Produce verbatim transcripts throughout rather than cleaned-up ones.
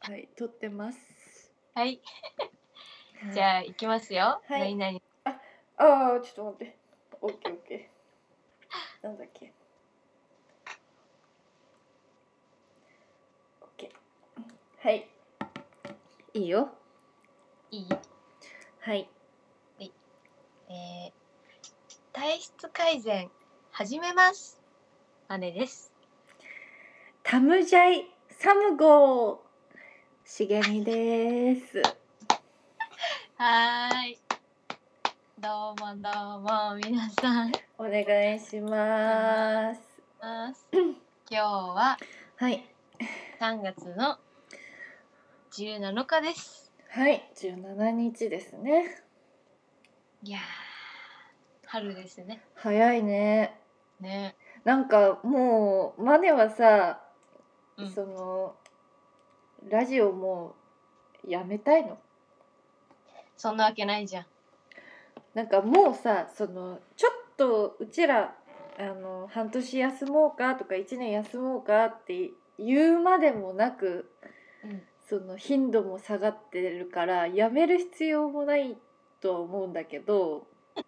はい、撮ってます。 はい。 はい。 じゃあ行きますよ。 はい。 何々。 あ、ああ、ちょっと待って。オッケーオッケー。なんだっけ。オッケー。はい。いいよ。 いい？ はい。 はい。えー、体質改善始めます。姉です。 タムジャイサムゴー茂みです。 はーい。どうもどうも皆さん。 お願いします。 今日ははい。 さんがつのじゅうなのかです。 はい、じゅうしちにちですね。 いやー、春ですね。 早いね。 ね。 なんかもうマネはさ、 うん、 そのラジオもうやめたいの？ そんなわけないじゃん。 なんかもうさ、そのちょっとうちらあの半年休もうかとかいちねん休もうかって言うまでもなく、 うん。 その頻度も下がってるからやめる必要もないとは思うんだけど、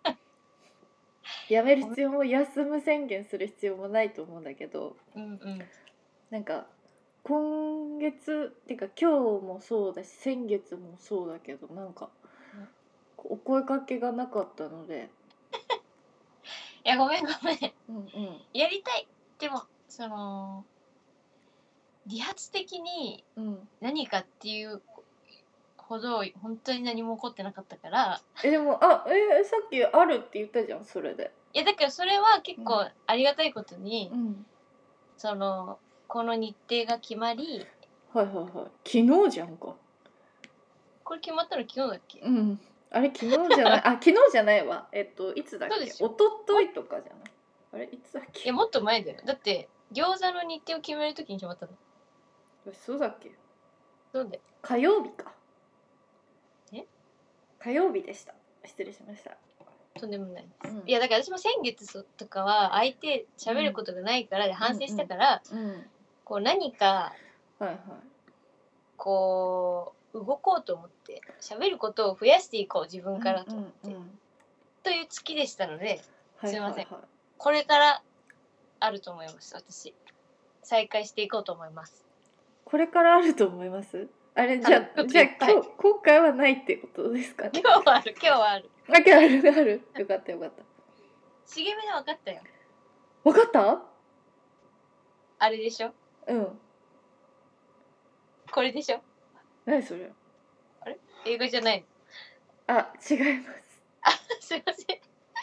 やめる必要も休む宣言する必要もないと思うんだけど、 うんうん。 なんか今月っていうか今日もそうだし先月もそうだけど、なんかねお声かけがなかったので、 いや、ごめんごめん。 うんうん、 やりたい。でも、その、理発的にうん、 何かっていうほど本当に何も起こってなかったから。 えでもあえさっきあるって言ったじゃん、それで。 いやだけどそれは結構ありがたいことに、 うん、 そのこの日程が決まり。 はいはいはい、昨日じゃんか。 これ決まったの昨日だっけ？ うん、あれ昨日じゃないあ昨日じゃないわ。えっといつだっけ、 そうですよ。 おとといとかじゃない？あれいつだっけ。 いやもっと前だよ。だって餃子の日程を決めるときに決まったの。 そうだっけ。 そうだよ。 火曜日か。 え火曜日でした。失礼しました。 とんでもないです、 うん、 いやだから私も先月とかは相手喋ることがないからで反省したから、 うんうんうん、 こう何かはいはい、 こう動こうと思って喋ることを増やしていこう自分からと思って、 うんうんうん、 という月でしたので、すいません、 はいはいはい、 これからあると思います。私再開していこうと思います。 これからあると思います。あれじゃあじゃあ今日今回はないってことですかね。 今日はある今日はあるあ、今日あるある。よかったよかった。 茂みで分かったよ。 分かった？ あれでしょ。 うん。 これでしょ。 何それ？ あれ英語じゃないの？ あ、違います。 あ、すいません。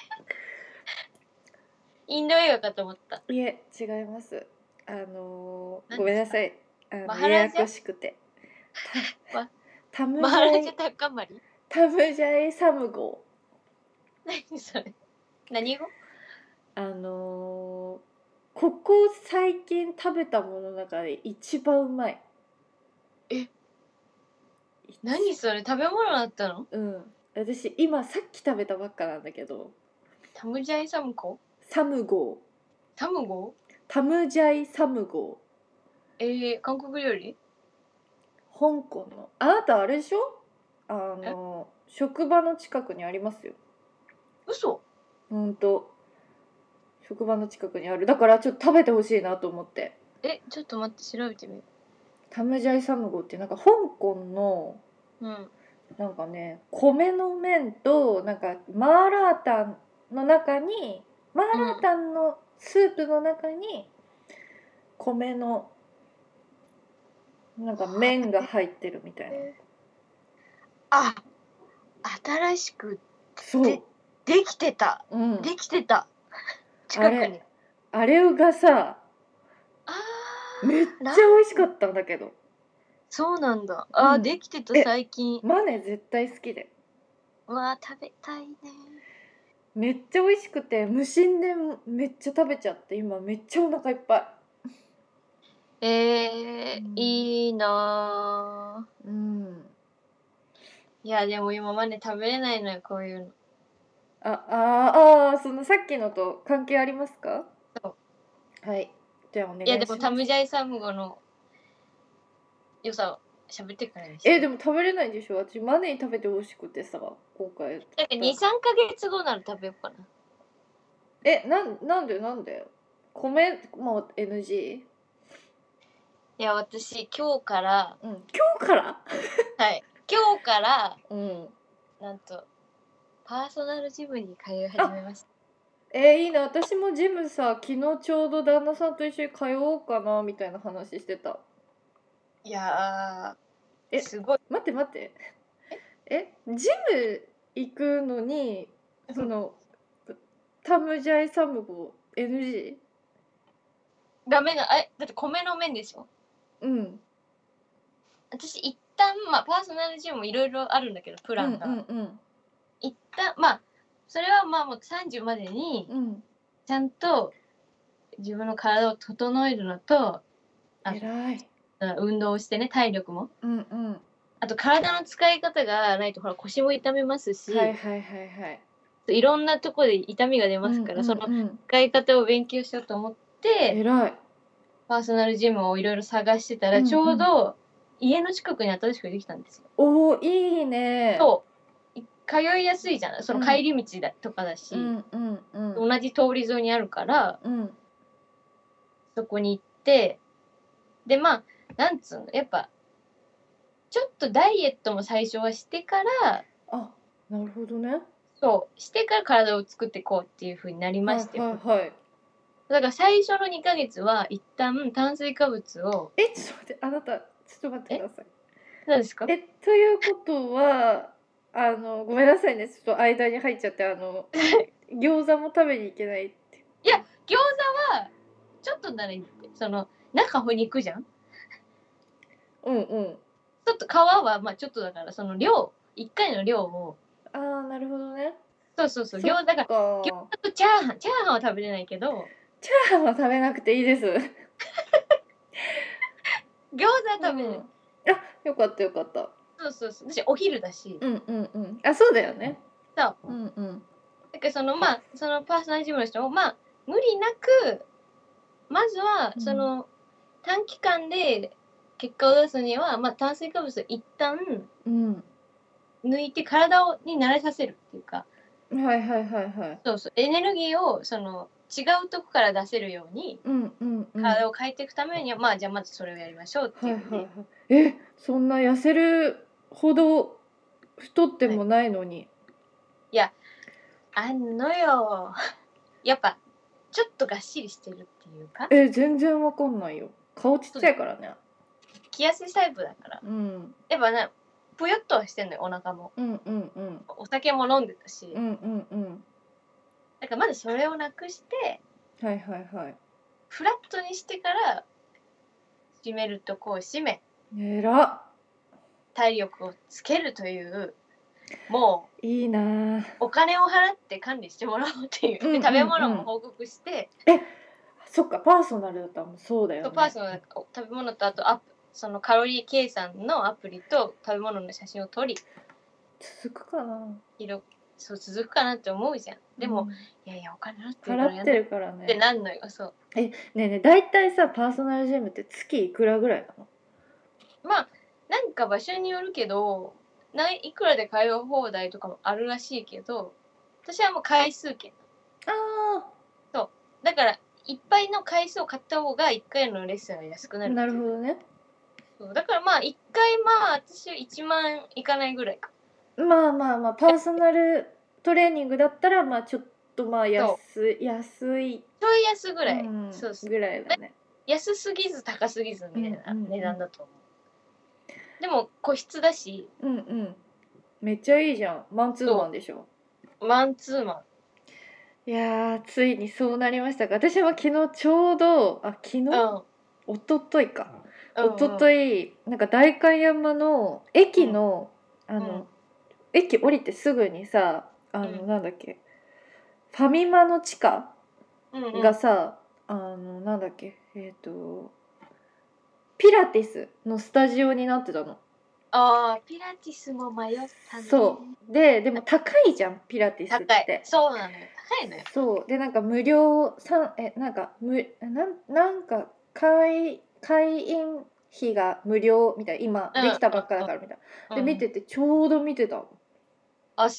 インド映画かと思った。 いえ、違います。あのー、 何ですか？ ごめんなさい。あのマハラジャややこしくて。 まタムジマハラャイジャタカマリ？ タムジャイサムゴ何それ？何語？ ー。あのー、ここ最近食べたものの中で一番うまい。 え？何それ？食べ物だったの？ うん。私今さっき食べたばっかなんだけど。 タムジャイサムコ？ サムゴー。 サムゴ？ タムジャイサムゴー。えー、韓国料理？ 香港の。あなたあれでしょ？あの職場の近くにありますよ。 嘘？ ほんと職場の近くにある。だからちょっと食べてほしいなと思って。 え、ちょっと待って調べてみよタムジャイサムゴってなんか香港のう。うん。 なんかね、米の麺となんかマーラータンの中にマーラータンのスープの中に米のなんか麺が入ってるみたいな。 あ、新しくそうでできてた、 うん、 できてた近くに。 あれあれがさ、 あめっちゃ美味しかったんだけど。 そうなんだ。あ、うん、できてた最近。 マネ絶対好きで。 わあ食べたいね。 めっちゃ美味しくて無心でめっちゃ食べちゃって、今めっちゃお腹いっぱい。 えー、 うん、 いいなー。 うん。 いやでも今まで食べれないのよこういうの。 あああ、そのさっきのと関係ありますか？ そう。 はい。じゃあお願いします。 いやでもタムジャイサムゴの良さ喋ってからにして。 えでも食べれないんでしょ。私マネー食べてほしくてさ今回。 だってに、さんかげつごなら食べようかな。 えなんなんでなんで米も エヌジー？ いや私今日から、 うん今日からはい今日からうんなんとパーソナルジムに通い始めました。 えー、いいな。私もジムさ昨日ちょうど旦那さんと一緒に通おうかなみたいな話してた。 いやーえすごい。 待って待ってえジム行くのにそのタムジャイサムゴ エヌジー？ ダメなえだって米の麺でしょ。 うん私一旦まあパーソナルジムもいろいろあるんだけどプランが、 うんうんうん一旦まあそれはまあもうさんじゅうまでにうんちゃんと自分の体を整えるのと、あ偉い。 運動をしてね体力も、 うんうんあと体の使い方がないとほら腰も痛めますし、 はいはいはいはいいろんなところで痛みが出ますから、 うんうんうん、 その使い方を勉強しようと思って偉い。 パーソナルジムをいろいろ探してたら、 うんうん、 ちょうど家の近くに新しくできたんですよ。 おーいいね。 そう通いやすいじゃない、その帰り道だとかだし、 うんうんうん、 同じ通り沿いにあるから、 うん、 そこに行ってでまあなんつうのやっぱちょっとダイエットも最初はしてから、 あなるほどね。 そうしてから体を作っていこうっていう風になりまして、 はいはいはい、 だから最初のにかげつは一旦炭水化物をえちょっと待ってあなたちょっと待ってください。 何ですか？ えということはあのごめんなさいねちょっと間に入っちゃってあの餃子も食べに行けないって。 いや餃子はちょっとならいいってその中ほ肉じゃん。 うんうんちょっと皮はまあちょっとだからその量いっかいの量をああなるほどね。 そうそうそう餃子だから餃子とチャーハンチャーハンは食べれないけどチャーハンは食べなくていいです。 餃子は食べれる、うん、 あよかったよかった。 そうそうそう私お昼だし、 うんうんうんあそうだよね。 そううんうんだからそのまあそのパーソナルジムの人もまあ無理なくまずはその短期間で結果を出すには、まあ、炭水化物を一旦抜いて体をに慣れさせるっていうか、 はいはいはいはいそうそうエネルギーをその違うとこから出せるように、 うんうんうん、 体を変えていくためにはまあじゃあまずそれをやりましょうっていう、ねはいはいはい、えそんな痩せるほど太ってもないのに、はい、 いやあんのよやっぱちょっとがっしりしてるっていうかえ全然わかんないよ顔ちっちゃいからね気痩せタイプだから、うん、やっぱねぷよっとはしてんのよお腹も、 うんうんうん、 お酒も飲んでたし、 うんうんうん、 だからまずそれをなくしてはいはいはいフラットにしてから締めるとこを締めえら体力をつけるというもういいなお金を払って管理してもらおうっていう、うんうんうん、で食べ物も報告してえそっかパーソナルだったもんそうだよねパーソナル食べ物とあとアップそのカロリー計算のアプリと食べ物の写真を撮り続くかなそう続くかなって思うじゃんでも、うん、いやいやお金払ってるから払ってるからねってなんのよそうえねえねえ大体さパーソナルジムって月いくらぐらいなの？ まあなんか場所によるけどないいくらで通い放題とかもあるらしいけど私はもう回数券ああそうだからいっぱいの回数を買った方がいっかいのレッスンが安くなるなるほどねそうだからまあいっかいまあ私はいちまんいかないぐらいかまあまあまあパーソナルトレーニングだったらまあちょっとまあ安い安いちょい安ぐらい、 うん、 そうそうぐらいだね安すぎず高すぎずみたいな値段だと思う、うんうんうん、でも個室だしうんうんめっちゃいいじゃんマンツーマンでしょマンツーマンいやついにそうなりましたか私は昨日ちょうどあ昨日、うん、おとといか、うんうん、おとといなんか代官山の駅の、うん、あの、うん、駅降りてすぐにさあの、うん、なんだっけファミマの地下がさ、うんうん、あのなんだっけえっ、ー、とピラティスのスタジオになってたの。 あーピラティスも迷ったね。 そうででも高いじゃんピラティスって。 高いそうなのよ高いのよ。 そうでなんか無料さんえなんかむなんなんか会会員日が無料みたいな、今うんできたばっかだからみたいな、でうん見ててちょうど見てたあ、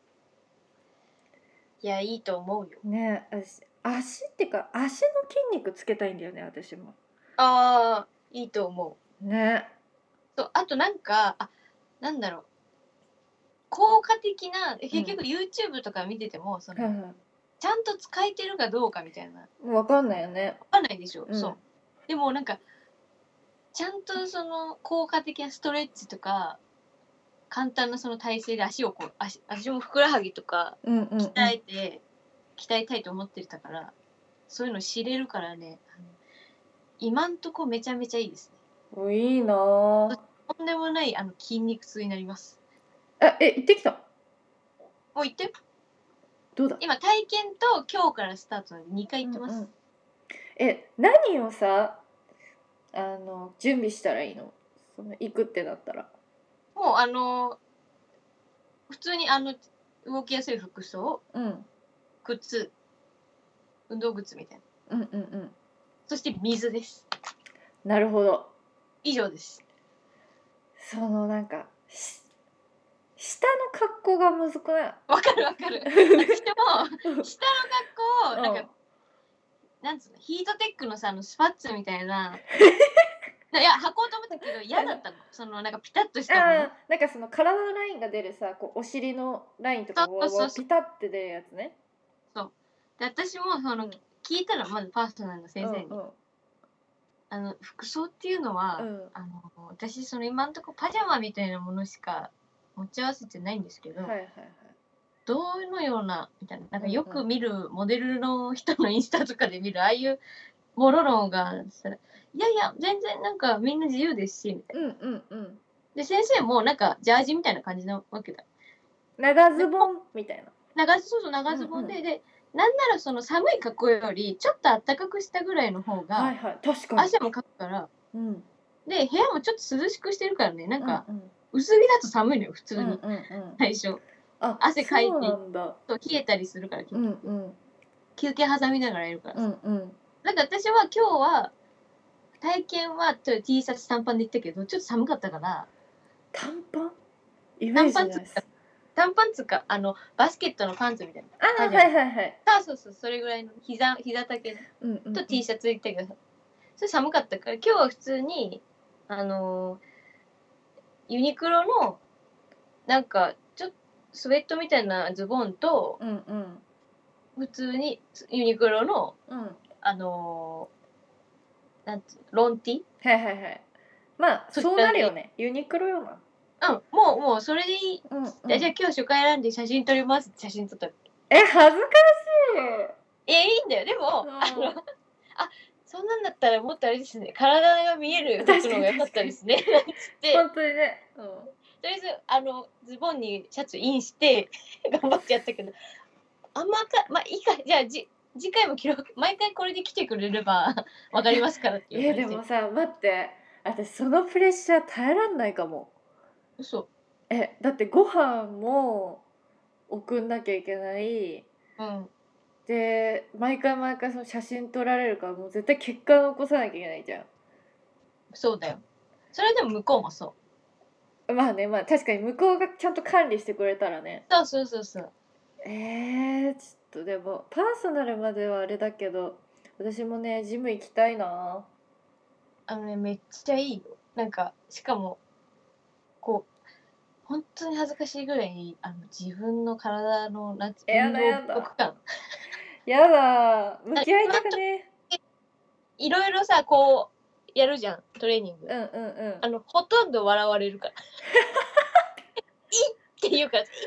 そういやいいと思うよ。 ね。私足っていうか足の筋肉つけたいんだよね私もああいいと思う。 ね。 そうあとなんかあなんだろう効果的な結局 YouTube とか見てても、そのはいはいちゃんと使えてるかどうかみたいな分かんないよね。 わかんないでしょ、 うんそうでもなんかちゃんとその効果的なストレッチとか簡単なその体勢で足をこう足私もふくらはぎとかうんうんうん鍛えて、鍛えたいと思ってたからそういうの知れるからねあの今んとこめちゃめちゃいいですね。 おいいなぁ。 とんでもないあの筋肉痛になります。 あえ行ってきた。 もう行ってどうだ。 今体験と今日からスタートなんでにかい行ってます、 うんうんえ何をさあの準備したらいいの、その行くってなったら。 もうあの普通にあの動きやすい服装うん靴運動靴みたいなうんうんうんそして水です。 なるほど。 以上です。 そのなんかし下の格好がむずくない？ わかるわかる。私も下の格好をなんか、 うんなんつうのヒートテックのさあのスパッツみたいな。いや履こうと思ったけど嫌だったの。そのなんかピタッとしたもの。 あなんかその体のラインが出るさ、こうお尻のラインとかそうそうそうピタって出るやつね。 そうで私もその、 うん聞いたらまずパーソナルの先生に、 うんうんあの服装っていうのは、 うんあの私その今んとこパジャマみたいなものしか持ち合わせてないんですけど、 はいはいはい。 どのようなみたいななんかよくうんうん見るモデルの人のインスタとかで見るああいうモロロンがしたらいやいや全然なんかみんな自由ですしみたいな。 うんうんうんで先生もなんかジャージみたいな感じなわけだ。 長ズボンみたいな。 長そうそう長ズボンで、 うんうんでなんならその寒い格好よりちょっと暖かくしたぐらいの方はいがはい確かに。 汗もかくからうんで部屋もちょっと涼しくしてるからねなんかうんうん薄着だと寒いのよ普通に、 うんうんうん最初あ汗かいてそうなんだ。 と冷えたりするから結うん局、 うん休憩挟みながらやるからうさ、 んうんなんか私は今日は体験はちょっと T シャツ短パンで行ったけどちょっと寒かったから短パンイメージないです。 短パンつうかあのバスケットのパンツみたいなあーパジャマはいはいはい。 あそうそうそれぐらいの膝膝丈のうんうんうんと T シャツで行ったけどそれ寒かったから今日は普通にあのーユニクロのなんかちょっとスウェットみたいなズボンとうんうん普通にユニクロのうんあのーなんつうのロンティはいはいはい。まあそそうなるよね。ユニクロよな。 うんもうもうそれでいい、 うんうんじゃあ今日初回選んで写真撮りますって写真撮ったえ恥ずかいやいいんだよでも、 うんあのあそんなんだったらもっとあれですね体が見える服の方が良かったですねなんつっしい。 て本当にね。うんとりあえずあのズボンにシャツインして頑張ってやったけどあんまかまあいいかじゃあじ次回も記録毎回これで来てくれればわかりますからっていうえ感じでもさ待って私そのプレッシャー耐えらんないかも。 嘘えだってご飯も送んなきゃいけないうんで毎回毎回その写真撮られるからもう絶対結果残さなきゃいけないじゃん。 そうだよそれでも向こうもそうまあねまあ確かに向こうがちゃんと管理してくれたらね。 そうそうそうそうえー、ちょっとでもパーソナルまではあれだけど私もねジム行きたいな。 あのねめっちゃいいよなんかしかもこう本当に恥ずかしいぐらいあの自分の体のなんつや運動だやだ不足感やだ向き合いたくね。 いろいろさこうやるじゃんトレーニング、 うんうんうんあのほとんど笑われるからいって言うからいて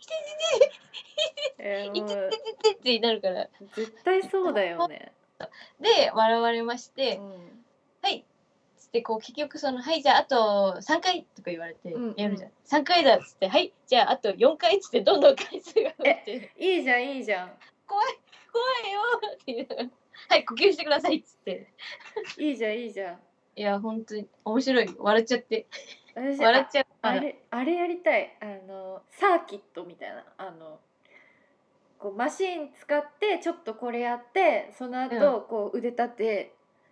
えーもういててててってなるから絶対そうだよね。 で笑われまして、 うんはいつってこう結局そのはいじゃああとさんかいとか言われてうんうんやるじゃん、さんかいだっつってはいじゃああとよんかいっつってどんどん回数が増えていいじゃんいいじゃん怖い怖いよって言いながらはい呼吸してくださいっつっていいじゃんいいじゃん。 いや本当に面白い笑っちゃって私笑っちゃうああれあれやりたいあのサーキットみたいなあのこうマシン使ってちょっとこれやってその後、 うんこう腕立て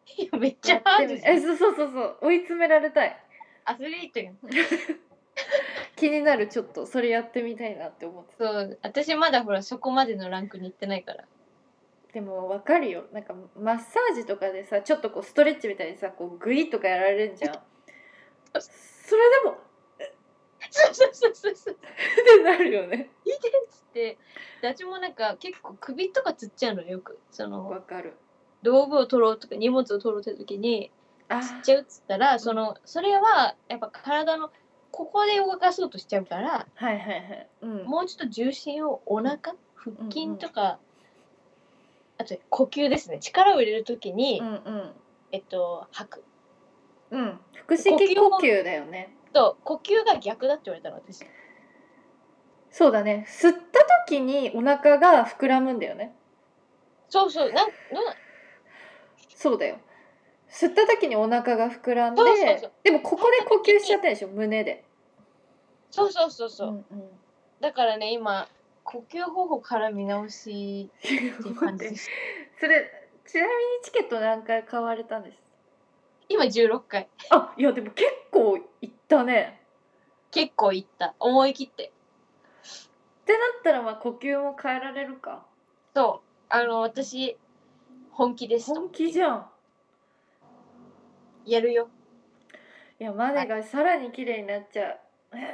いやめっちやってみゃハードじゃん。 えそうそうそうそう追い詰められたい。 アスリートやん。 気になるちょっとそれやってみたいなって思ってた。 そう私まだほらそこまでのランクに行ってないから。 でもわかるよなんかマッサージとかでさちょっとこうストレッチみたいにさこうグイッとかやられるんじゃん。それでもそうそうそうそうそう。 ってなるよね。 いいでっつってで私もなんか結構首とかつっちゃうのよくそのわかる。 道具を取ろうとか荷物を取ろうって時にあつっちゃうっつったらそのそれはやっぱ体のここで動かそうとしちゃうからはいはいはい。うん。 もうちょっと重心をお腹腹筋とか、あと呼吸ですね力を入れる時に、 うんうん。 えっと吐くうん。腹式呼吸だよね。 と呼吸が逆だって言われたの私。 そうだね。吸った時にお腹が膨らむんだよね。 そうそうなんどうなそうだよ。吸った時にお腹が膨らんで、 そうそうそうでもここで呼吸しちゃったでしょ胸で。 そうそうそうそう、 うんうん、 だからね今呼吸方法から見直しっていう感じですそれちなみにチケット何回買われたんです？ 今じゅうろっかい。 あいやでも結構いったね。 結構いった思い切ってってなったらまあ呼吸も変えられるか。 そうあの私本気ですと本気じゃん。 やるよ。 いやマネがさらに綺麗になっちゃう。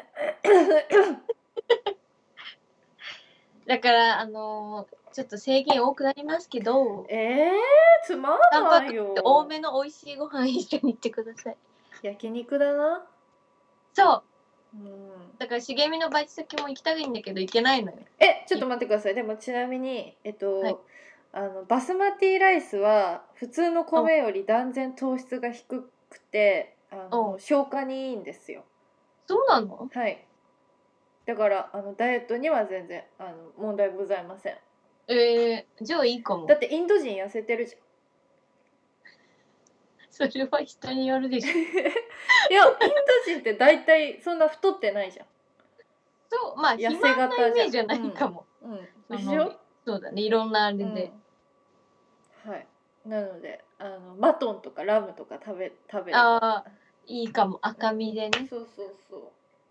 だからあのー、ちょっと制限多くなりますけどえー、つまんタンパクないよ。 質多めの美味しいご飯一緒に行ってください。 焼肉だな。 そううんだから茂みのバイト先も行きたいんだけど行けないのよ。 えちょっと待ってください。でもちなみにえっと、 はいあのバスマティライスは普通の米より断然糖質が低くてあのうん消化にいいんですよ。 そうなの？ はいだからあのダイエットには全然あの問題ございません。 えー、じゃあいいかも。 だってインド人痩せてるじゃん。 それは人によるでしょ。 いやインド人って大体そんな太ってないじゃん。 そうまあ痩せ肥満な型じゃんイメージはないかも。 うん、うん、 そでしょのそうだねいろんなあれで、 うん、はいなのであのマトンとかラムとか食べ食べるああいいかも赤身でね、 そうそうそう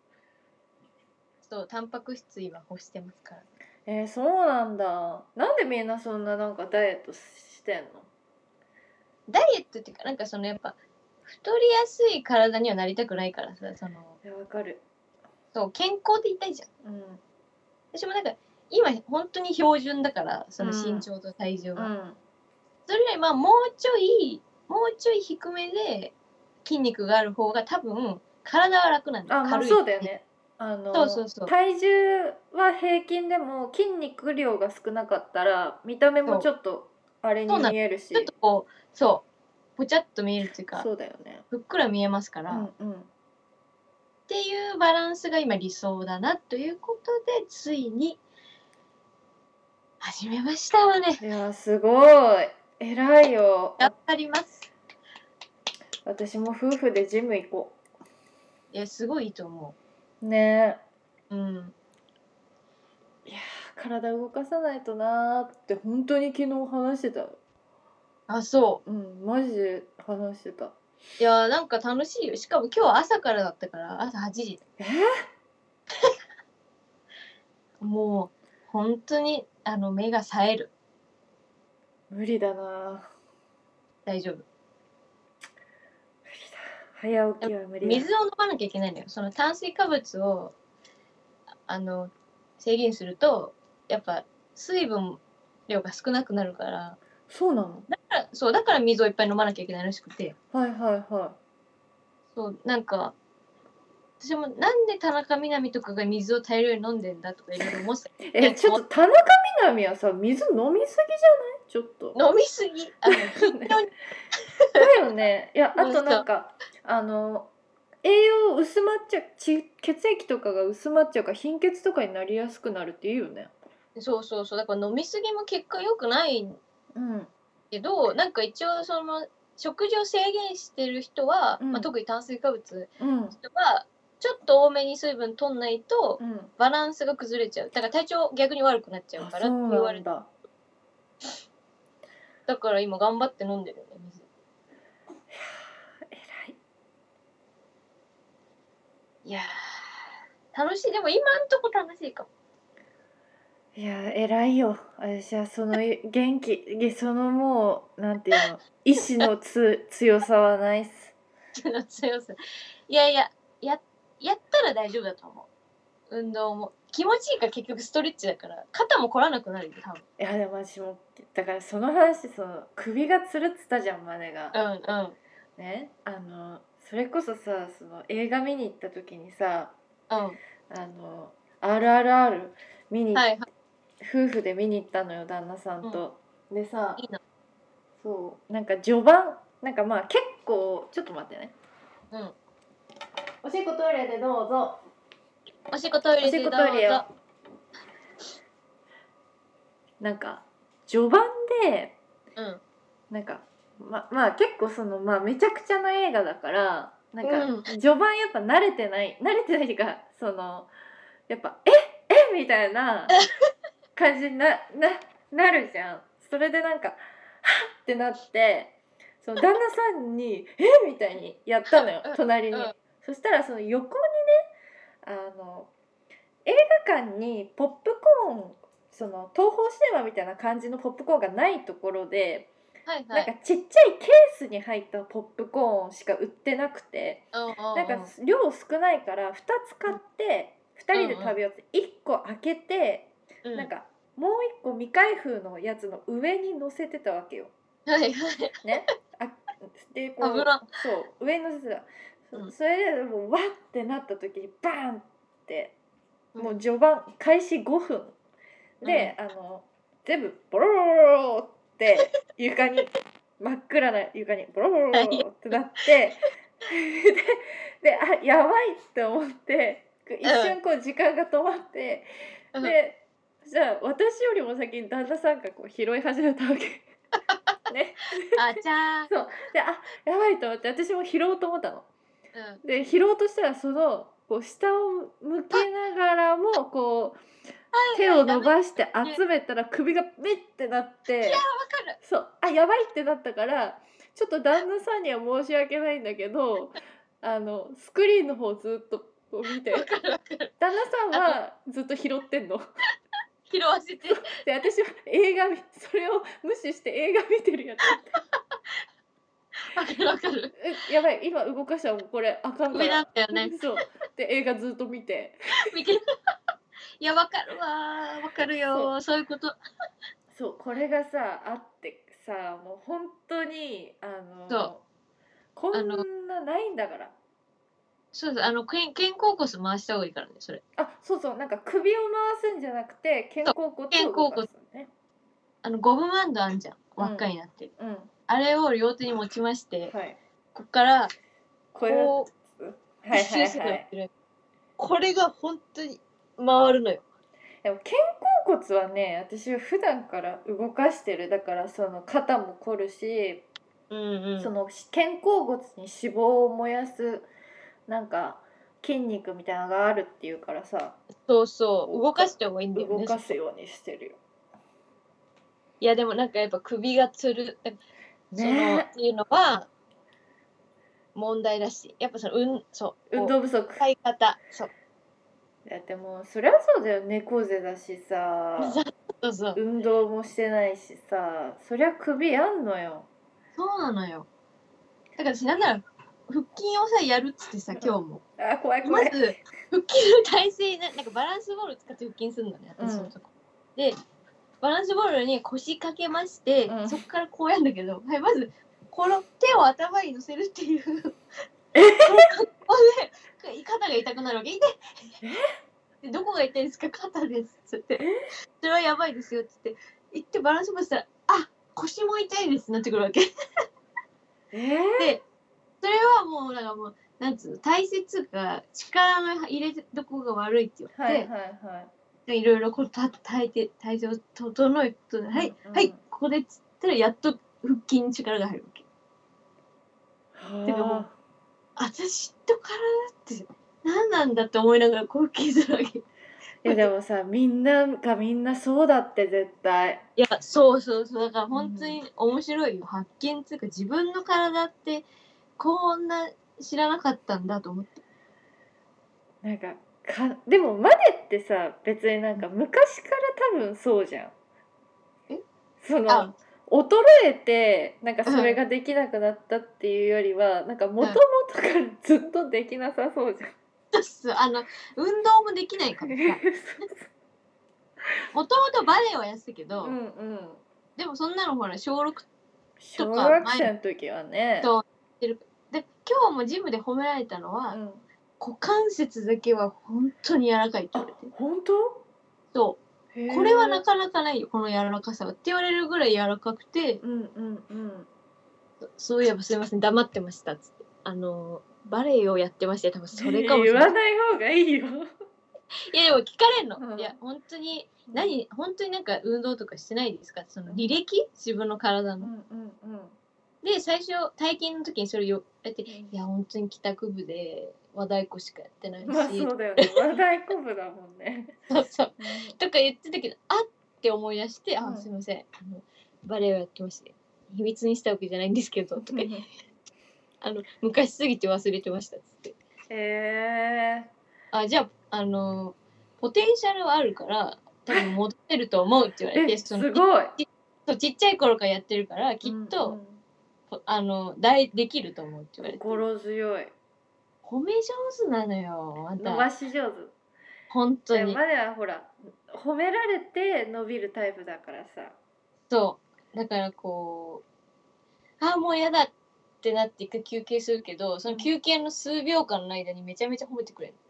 そうタンパク質今欲してますから。 えー、そうなんだ。なんでみんなそんななんかダイエットしてんの？ ダイエットっていうかなんかそのやっぱ太りやすい体にはなりたくないからさそのいやわかる。 そう健康でいたいじゃん。 うん私もなんか今本当に標準だからその身長と体重は、 うん、 それよりまあもうちょいもうちょい低めで筋肉がある方が多分体は楽なんだよ。 あまあ軽いそうだよね。あのそうそうそう体重は平均でも筋肉量が少なかったら見た目もちょっとあれに見えるし、 ちょっとこうそうぽちゃっと見えるっていうかそうだよね。 ふっくら見えますから、 うんうんっていうバランスが今理想だなということでついに始めましたわね。 いやすごい偉いよ。 頑張ります。 私も夫婦でジム行こいやすごいいいと思うね。 う。うんいや体動かさないとなーって本当に昨日話してた。 あそうんマジで話してた。 ういやなんか楽しいよ。しかも今日は朝からだったから朝はちじえもう本当にあの目が冴える。 無理だな。 大丈夫。 早起きは無理だ。 水を飲まなきゃいけないのよ。その炭水化物をあの制限するとやっぱ水分量が少なくなるからそうなの？ だからそうだから水をいっぱい飲まなきゃいけないらしくて、 はいはいはそうなんか私もなんで田中みな実とかが水を大量に飲んでんだとかいろいろ思ってた。 い。えちょっと田中みな実はさ水飲みすぎじゃない？ちょっと。 飲みすぎあの頻尿にだよね。いやあとなんかあの栄養薄まっちゃう血血液とかが薄まっちゃうから貧血とかになりやすくなるっていうよね。 そうそうそうだから飲みすぎも結果良くないうんけどなんか一応その食事を制限してる人は、 うんまあ、特に炭水化物うん人はちょっと多めに水分取んないとうん。 バランスが崩れちゃう。だから体調逆に悪くなっちゃうからって言われて、 だ。 だから今頑張って飲んでるよね水。 いやー楽しい。でも今んとこ楽しいかも。 いや偉いよ。私はそのい元気げそのもうなんていうの意志のつ強さはないっす。 その強さ。いやいや、や、やったら大丈夫だと思う。運動も。気持ちいいから結局ストレッチだから、肩も凝らなくなるよ、多分。 いやでも私もだからその話その首がつるっつったじゃんマネが。 うんうん。 ねあのそれこそさその映画見に行った時にさうん。 あの アールアールアール 見に、 はいはい。 夫婦で見に行ったのよ旦那さんと。でさいいな。 そうなんか序盤なんかまあ結構ちょっと待ってね。 うん。 おしっこトイレでどうぞ。 おしっこトイおしっレでどうぞ。 こトイレよ。なんか序盤でうん。 なんかままあ結構そのまあめちゃくちゃな映画だからなんかうん序盤やっぱ慣れてない慣れてないっていうかそのやっぱええみたいな感じになななるじゃん。それでなんかはっってなってその旦那さんに「えみたいにやったのよ隣に。 うんそしたらその横にねあの映画館にポップコーンその東宝シネマみたいな感じのポップコーンがないところで、 はいはなんかい。 ちっちゃいケースに入ったポップコーンしか売ってなくて、 うんうんうん。 なんか量少ないからふたつ買ってふたりで食べようっていっこ開けて、 うん、 なんかもういっこ未開封のやつの上に乗せてたわけよ。 はいはい。 ね、あでこう油。 そう上に乗せてた。 うん、 それでもうわってなった時にバーンってもううん序盤開始ごふんで、 うん、 あの全部ボロロロロロって床に真っ暗な床にボロボロロロってなってでであやばいって思って一瞬こう時間が止まってうん、 でじゃあ私よりも先に旦那さんがこう拾い始めたわけね。 あちゃー。 そうであやばいと思って私も拾おうと思ったの。 うん、 で拾おうとしたらそのこう下を向けながらもこう手を伸ばして集めたら首がビッてなっていやわかる。 そうあやばいってなったからちょっと旦那さんには申し訳ないんだけどあのスクリーンの方ずっとこう見てわかるわかる。 旦那さんはずっと拾ってんの拾わせて。 で私は映画見それを無視して映画見てるやつわかるわかる。 えやばい今動かしたらもうこれあかんか首ならんだよね。 そうで映画ずっと見て見て。いやわかるわわかるよそういうこと。 そうこれがさあってさもう本当にあのそうこあのんなないんだからそうそうあの肩肩甲骨回した方がいいからねそれ。 あそうそうなんか首を回すんじゃなくて肩甲骨を動かすのね。 あのゴムバンドあんじゃん輪っかになってる、 うんあれを両手に持ちまして、 はいこっからこういうこうはいはい一周するのはいやってる。これが本当に回るのよ。 でも肩甲骨はね私は普段から動かしてるだからその肩も凝るし、 うんうん。 その肩甲骨に脂肪を燃やすなんか筋肉みたいなのがあるっていうからさそうそう動かした方がいいんだよね。 動かすようにしてるよ。 いやでもなんかやっぱ首がつる、そのねっていうのは問題だし、やっぱその運そう運動不足使い方そうだってもうそりゃそうだよ猫背だしさそうそう運動もしてないしさそりゃ首やんのよ。 そうなのよ。だから私なんなら腹筋をさやるっつってさ今日もあ怖い怖い。 まず腹筋の体勢ななんかバランスボール使って腹筋するのね私のとこ、うん、でバランスボールに腰掛けまして、うん、そこからこうやるんだけど、はい、まずこの手を頭に乗せるっていうえ肩が痛くなるわけ。でどこが痛いですか肩ですってそれはやばいですよって言ってバランスボールしたらあ腰も痛いですってなってくるわけえー、 でそれはもうなんかもうなんつうの体勢つうか力の入れどこが悪いって言って、はいはいはいいろいろこうた体勢体勢を整えて、うんうん、はいはいここでっつったらやっと腹筋に力が入るわけ。てかもう私と体って何なんだって思いながらこう腹筋するわけ。いやでもさみんながみんなそうだって絶対。 いやそうそうそうだから本当に面白いよ、うん、発見っていうか自分の体ってこんな知らなかったんだと思って。 なんかかでもマネってさ別になんか昔から多分そうじゃん。 えそのあ衰えてなんかそれうんができなくなったっていうよりはなんかもともとからずっとできなさそうじゃん。 そうそうあの運動もできないからさもともとバレエはやってたけど、 うんうん。 でもそんなのほら小ろく小学生の時はね。 とで今日もジムで褒められたのは、 うん、 股関節だけは本当に柔らかいって言われて。 本当？ そうこれはなかなかないよこの柔らかさはって言われるぐらい柔らかくて、 うんうんうん、 そういえばすいません黙ってましたっつってあのバレエをやってまして多分それかもし言れないわない方がいいよ。 いやでも聞かれるの、 うん、 いや本当に何本当になんか運動とかしてないですかその履歴自分の体の、 うんうんうん、 で最初体験の時にそれよやって、うん、いや本当に帰宅部で和太鼓しかやってないしまあそうだよね和太鼓部だもんねそうそう、 うん、 とか言ってたけどあって思い出して、うん、あすいませんあのバレエをやってまして秘密にしたわけじゃないんですけどとかあの昔すぎて忘れてましたっつってへえー、 あじゃああのポテンシャルはあるから多分戻ってると思うって言われてすごいち, ちっちゃい頃からやってるからきっと、うんうん、あの大できると思うって言われて心強い褒め上手なのよまた伸ばし上手本当にマネはほら褒められて伸びるタイプだからさそうだからこうあもうやだってなって一回休憩するけどその休憩の数秒間の間にめちゃめちゃ褒めてくれる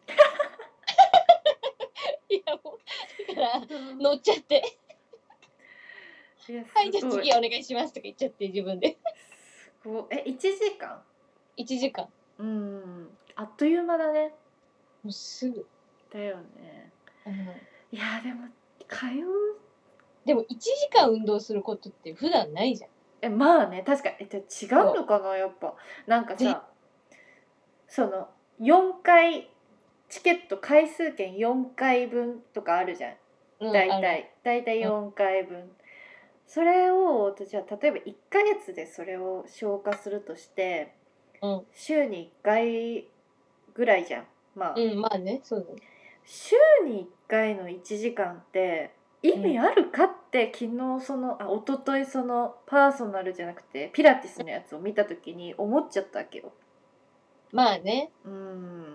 いやもうだから乗っちゃっていやはいじゃあ次お願いしますとか言っちゃって自分ですごえいちじかんいちじかんうんあっという間だねもうすぐだよね、 うん、 いやでも通うでもいちじかん運動することって普段ないじゃんえまあね確かにえ違うのかなやっぱなんかさそのよんかいチケット回数券よんかいぶんとかあるじゃん、うん、だいたいだいたいよんかいぶん、うん、それをじゃあ例えばいっかげつでそれを消化するとして、うん、週にいっかいぐらいじゃんまあ、 うん、まあねそうだね週にいっかいのいちじかんって意味あるかって、うん、昨日そのあ一昨日そのパーソナルじゃなくてピラティスのやつを見た時に思っちゃったわけよ。 まあね、うん、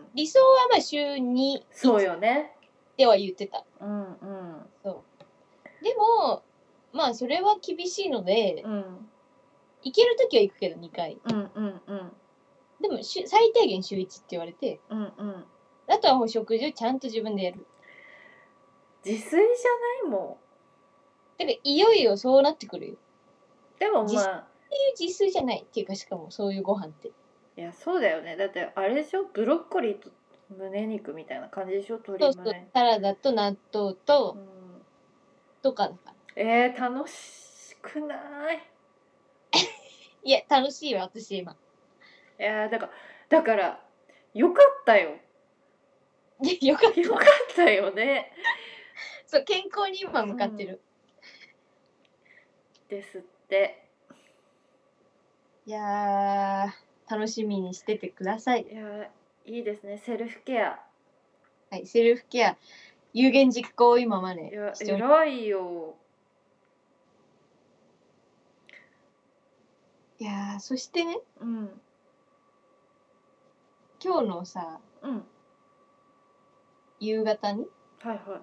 理想はまあ週にそうよねっては言ってた。 うんうんそうでもまあそれは厳しいので、うん、行ける時は行くけどにかい、うんうんうん、でも最低限週いちって言われて、うんうん、あとはもう食事をちゃんと自分でやる。 自炊じゃないもん。 だからいよいよそうなってくるよ。 でもまあ自炊自炊じゃないっていうかしかもそういうご飯って。 いやそうだよねだってあれでしょブロッコリーと胸肉みたいな感じでしょ鶏胸。 そうそうサラダと納豆と、うん、とかだから。 えー、楽しくないいや楽しいわ私今。 いやだからだからよかったよ。 よかったよかったよね。 そう健康に今向かってる、 うん、ですって。 いや楽しみにしててください。 いやいいですねセルフケア。 はいセルフケア有言実行今まで。 いや偉いよ。 いやそしてね、 うん、 今日のさ、うん、夕方に、 はいはい、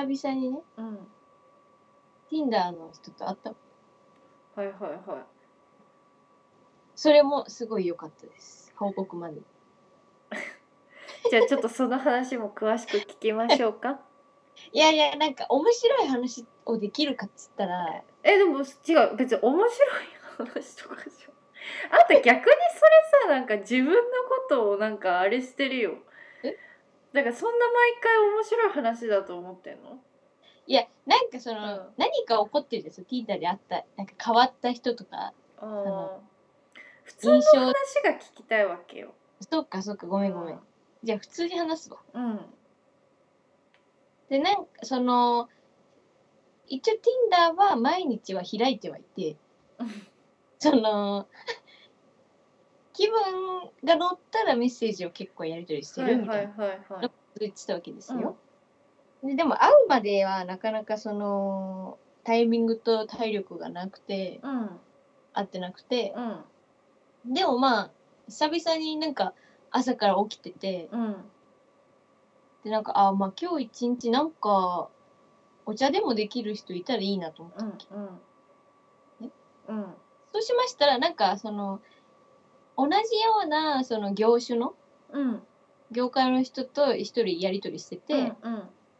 久々にね、うん、Tinder の人と会ったの。 はいはいはい。 それもすごい良かったです。報告まで。 じゃあちょっとその話も詳しく聞きましょうか。 いやいやなんか面白い話をできるかっつったら。 えでも違う別に面白い話とかじゃ。あんた逆にそれさなんか自分のことをなんかあれしてるよ。え？だからそんな毎回面白い話だと思ってんの？ いやなんかその、うん、何か起こってるんですよ。Tinder で会ったなんか変わった人とか。あの普通の話が聞きたいわけよ。 そっかそっかごめんごめん。うん、じゃあ普通に話すわ。 うん。 でなんかその一応 Tinder は毎日は開いてはいてその気分が乗ったらメッセージを結構やり取りしてるみたいなはいはいはいはい。 言ってたわけですよ。で、でも会うまではなかなかそのタイミングと体力がなくて、 うん会ってなくて、 うんでもまあ久々になんか朝から起きてて、 うんでなんかあまあ今日一日なんかお茶でもできる人いたらいいなと思ったうんわけ。 うんねうんそうしましたらなんかその同じようなその業種のうん業界の人と一人やり取りしてて、 うんうん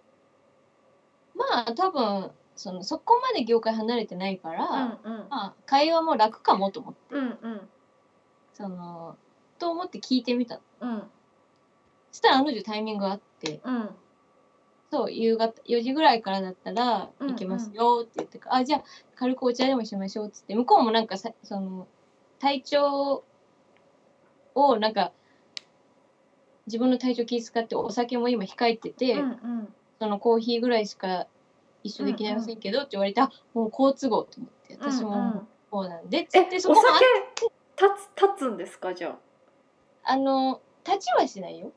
まあ多分そのそこまで業界離れてないから、 うんうんまあ会話も楽かもと思って、 うんうんそのと思って聞いてみたの。 うんそしたらあの女タイミングがあって、 うんそう夕方よじぐらいからだったらうん行けますよって言ってから、あじゃあ軽くお茶でもしましょうっつって、向こうもなんかさその体調をなんか自分の体調気遣ってお酒も今控えてて、 うんうんそのコーヒーぐらいしか一緒できませんけどって言われて、あもう好都合と思って私もうんうんそうなんでっつえって、そこもあお酒立つ立つんですかじゃあ。 あの立ちはしないよ。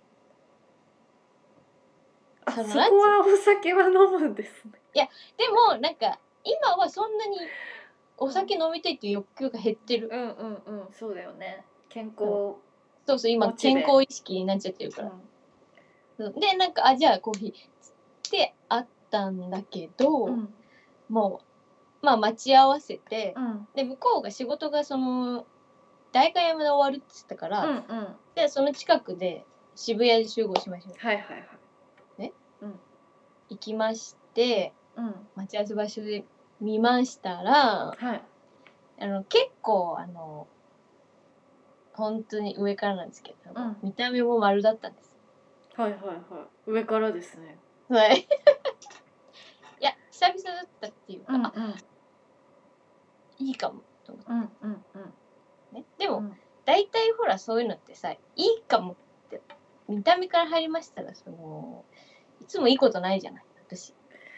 あそそのこはお酒は飲むんですね。 でもなんか今はそんなにお酒飲みたいっていう欲求が減ってる。 うんうんうんそうだよね。健康。 そうそう今モチベ健康意識になっちゃってるから。そうでなんかあじゃあコーヒーってあったんだけど、 うんもうまあ待ち合わせて、 うんで向こうが仕事がその代官山で終わるって言ったから、 うんうんでその近くで渋谷で集合しましょう。 はいはいはい。 行きまして、 うん待ち合わせ場所で見ましたら、 はいあの結構あの本当に上からなんですけど、 うん見た目も丸だったんです。 はいはいはい上からですね。 はい。いや久々だったっていうか、 うんうんあいいかもと思って、 うんうんうんね。でも、 うん大体ほらそういうのってさいいかもって見た目から入りましたらそのいつもいいことないじゃない私。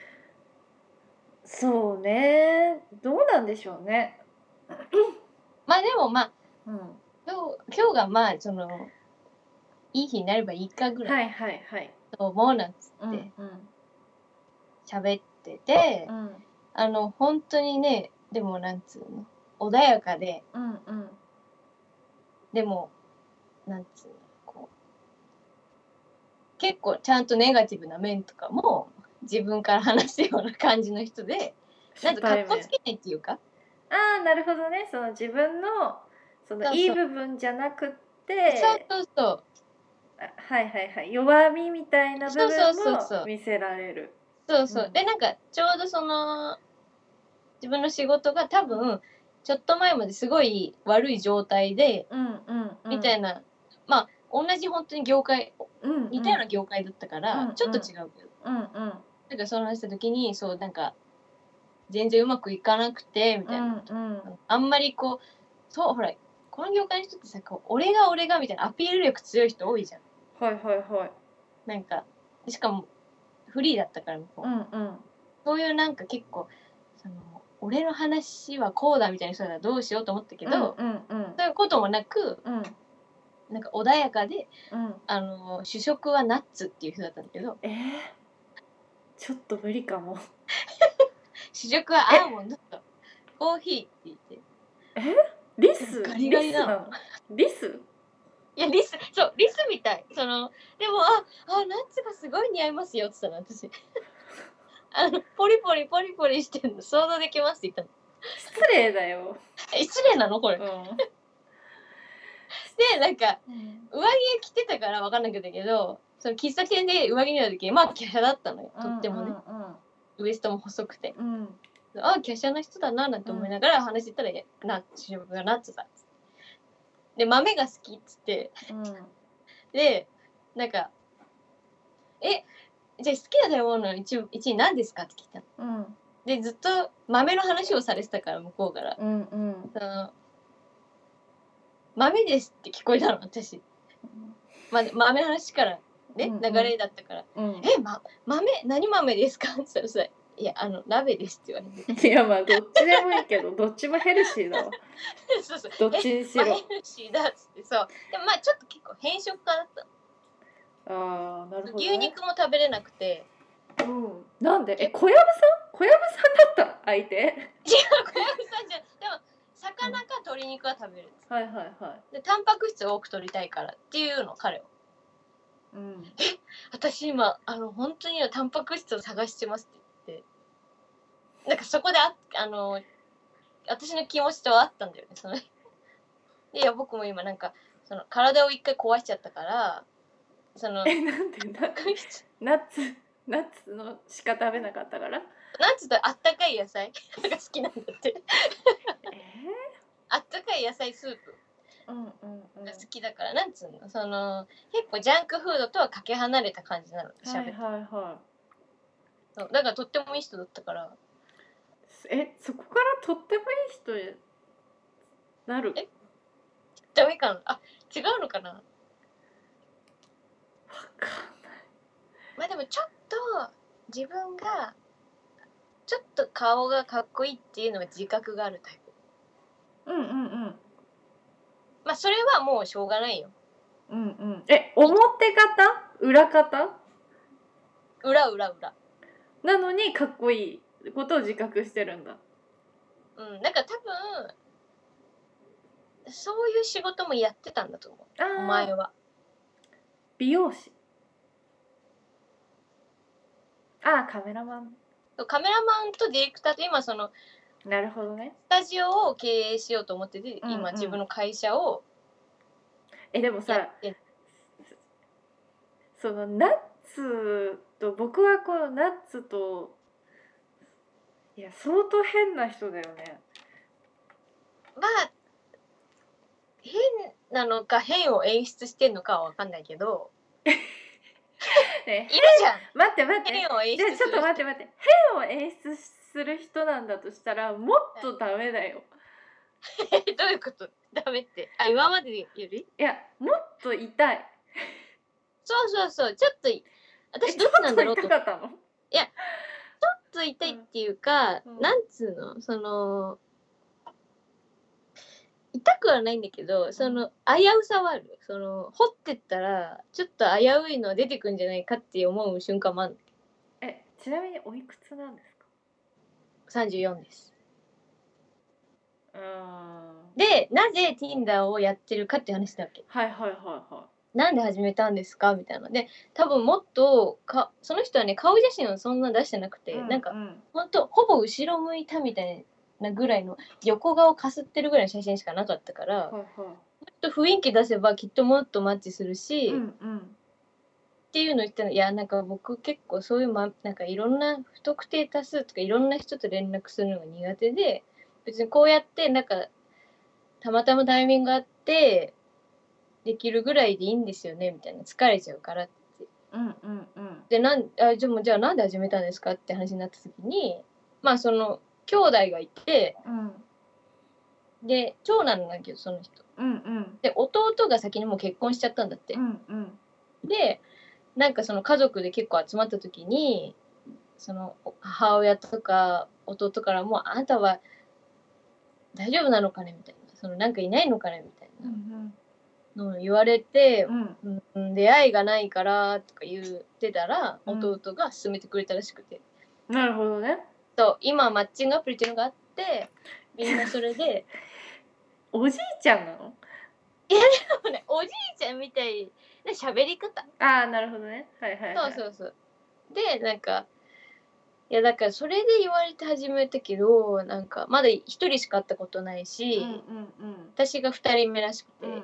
そうねどうなんでしょうね。 まあでもまあうん今日今日がまあそのいい日になればいいかぐらいはいはいはい。 と思うなんつうんってうん喋ってて、 うんあの本当にねでもなんつうの穏やかで、 うんうんでもなんつうのこう結構ちゃんとネガティブな面とかも自分から話すような感じの人で、なんかかっこつけないっていうか、 ああなるほどねその自分のそのそうそういい部分じゃなくってそうそうそうあはいはいはい弱みみたいな部分そうそうそうそうも見せられる。 そうそう、 うんでなんかちょうどその自分の仕事が多分ちょっと前まですごい悪い状態で、 うんうんうんみたいなまあ同じ本当に業界うんうん似たような業界だったから、 うんうんちょっと違うけど、 うんうんなんかその話した時にそうなんか全然うまくいかなくてみたいな、 うんうんあんまりこうそうほらこの業界の人ってさこう俺が俺がみたいなアピール力強い人多いじゃん。 はいはいはいなんかしかもフリーだったから向こう、 うんうんそういうなんか結構その俺の話はこうだみたいな人だったらどうしようと思ったけど、 うんうんうんそういうこともなくうんなんか穏やかでうんあの主食はナッツっていう人だったんだけど、 えー、ちょっと無理かも。 主食はアーモンドとコーヒーって言ってリスガリガリなのリスなのリスいやリスそうリスみたいそのでもああナッツがすごい似合いますよって言ったの私あのポリポリポリポリしてるの想像できますって言ったの。 失礼だよ。 え失礼なのこれ、 うんでなんかうん上着着てたから分かんなかったけどその喫茶店で上着見た時まあ華奢だったのよとってもね、ウエストも細くて、 うんうんあ華奢な人だななんて思いながら話してたら、ナッツ主食がナッツだっつってで豆が好きっつってうんでなんかえじゃあ好きな食べ物の一位何ですかって聞いたの。 うんでずっと豆の話をされてたから向こうから、 うんうんその豆ですって聞こえたの私、ま、豆の話からね、 うんうん流れだったから、 うんえ、ま、豆何豆ですかって言ったらさいや、あの鍋ですって言われて。 いやまあどっちでもいいけど、どっちもヘルシーだわ。 そうそう。 どっちにしまあ、 ろ。 ヘルシーだっつってそう。でもまあちょっと結構変色家だったああ、なるほど、ね。 牛肉も食べれなくて。 うん。なんで？え、小籔さん？小籔さんだった相手？違う、 小籔さんじゃん。でも魚か鶏肉は食べるんです。 はいはいはい。 でタンパク質を多く取りたいからっていうの彼は。 うん。 え、私今あの本当にタンパク質を探してますって言って。なんかそこでああの私の気持ちとあったんだよね。そのでいや僕も今なんかその体を一回壊しちゃったから。そのえ、なんでナナッツナッツのしか食べなかったから？ ナッツとあったかい野菜が好きなんだって。 えー、 あったかい野菜スープうんうんうんが好きだから、なんつうのその結構ジャンクフードとはかけ離れた感じなの。 はいはいはい。 そうだからとってもいい人だったから。 え、そこからとってもいい人になる？ え、ダメかなあ、違うのかな。 わかんない。 まあでもちょっと自分がちょっと顔がかっこいいっていうのは自覚があるタイプ。うんうんうん。 まあそれはもうしょうがないよ。 うんうん。え、表方？裏方？ 裏裏裏。 なのにかっこいいことを自覚してるんだ。 うん、なんか多分そういう仕事もやってたんだと思う。お前は。 美容師。ああ、カメラマン。 カメラマンとディレクターと今そのなるほどね。 スタジオを経営しようと思ってて、 うんうん、 今自分の会社をえでもさ、そのナッツと僕はこのナッツといや相当変な人だよね。 まあ変なのか変を演出してんのかは分かんないけどね、いるじゃん。 待って待って。 変を演出するちょっと待って待って。変を演出する人なんだとしたらもっとダメだよ。 どういうこと？ダメって。あ、今までより？ いや、もっと痛い。 そうそうそう。ちょっと私どっちなんだろうと。 ちょっと痛かったの？ いや、ちょっと痛いっていうか、 うん、 なんつうのその痛くはないんだけど、その危うさはある。その掘ってったらちょっと危ういの出てくんじゃないかって思う瞬間もある。 え、ちなみにおいくつなんですか？ さんじゅうよんです。 うん。 で、なぜ Tinder をやってるかって話だわけ。 はいはいはいはい。 なんで始めたんですかみたいな。で、多分もっとかその人はね顔写真をそんな出してなくて、うんうん、なんかほんとほぼ後ろ向いたみたいなぐらいの横顔かすってるぐらいの写真しかなかったから、はいはい、もっと雰囲気出せばきっともっとマッチするし、うんうん、っていうのを言ったら、いやなんか僕結構そういう、ま、なんかいろんな不特定多数とかいろんな人と連絡するのが苦手で、別にこうやってなんかたまたまタイミングがあってできるぐらいでいいんですよねみたいな、疲れちゃうからって。うんうんうん、でなんあじゃあじゃあなんで始めたんですかって話になった時に、まあその兄弟がいて、うん、で長男なんだけどその人、うんうん、で弟が先にもう結婚しちゃったんだって、うんうん、でなんかその家族で結構集まった時にその母親とか弟からもあなたは大丈夫なのかねみたいな、そのなんかいないのかねみたいな。うんうんの言われて、うんうん、出会いがないからとか言ってたら、うん、弟が勧めてくれたらしくて。 なるほどね。 そう今マッチングアプリっていうのがあってみんなそれでおじいちゃんなの？ いやでもねおじいちゃんみたいな喋り方。 ああなるほどね。はいはいはい。そうそうそうでなんかいやだからそれで言われて始めたけどなんかまだ一人しか会ったことないし、うんうんうん、私が二人目らしくて。うん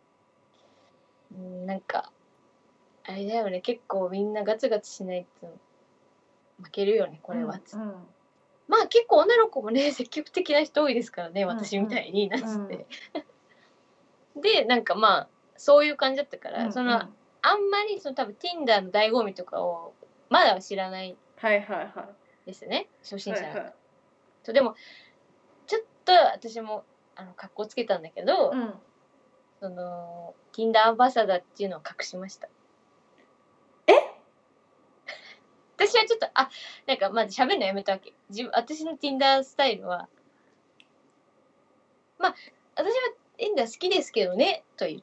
なんかあれだよね、結構みんなガツガツしないと負けるよねこれは、うんうん、まあ結構女の子もね積極的な人多いですからね、うんうん、私みたいになつって、うん、でなんかまあそういう感じだったから、うんうん、そのあんまりその多分 Tinder の醍醐味とかをまだは知らないですね、はいはいはい、初心者だと、はいはい、そうでもちょっと私もあの格好つけたんだけど、うんその Tinder アンバサダーっていうのを隠しました。 え？ 私私はちょっと、あ、なんかまず喋るのやめたわけ。自分私の Tinder スタイルは、まあ、私は Tinder 好きですけどね、と言って。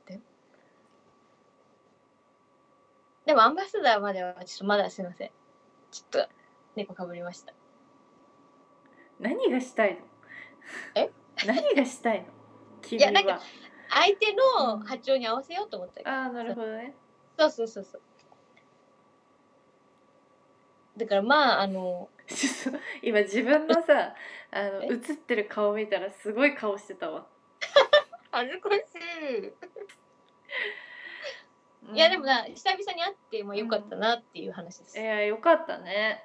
でもアンバサダーまではちょっとまだすいません。ちょっと猫かぶりました。 何がしたいの？ え何がしたいの？君いや、なんかは。 相手のうん波長に合わせようと思ったわけ。 ああ、なるほどね。 そうそうそうそう。だからまあ、あの、 ちょっと今自分のさ、あのえ映ってる顔見たらすごい顔してたわ。 恥ずかしい。いや、でもな、久々に会ってもよかったなっていう話です。 いや、よかったね。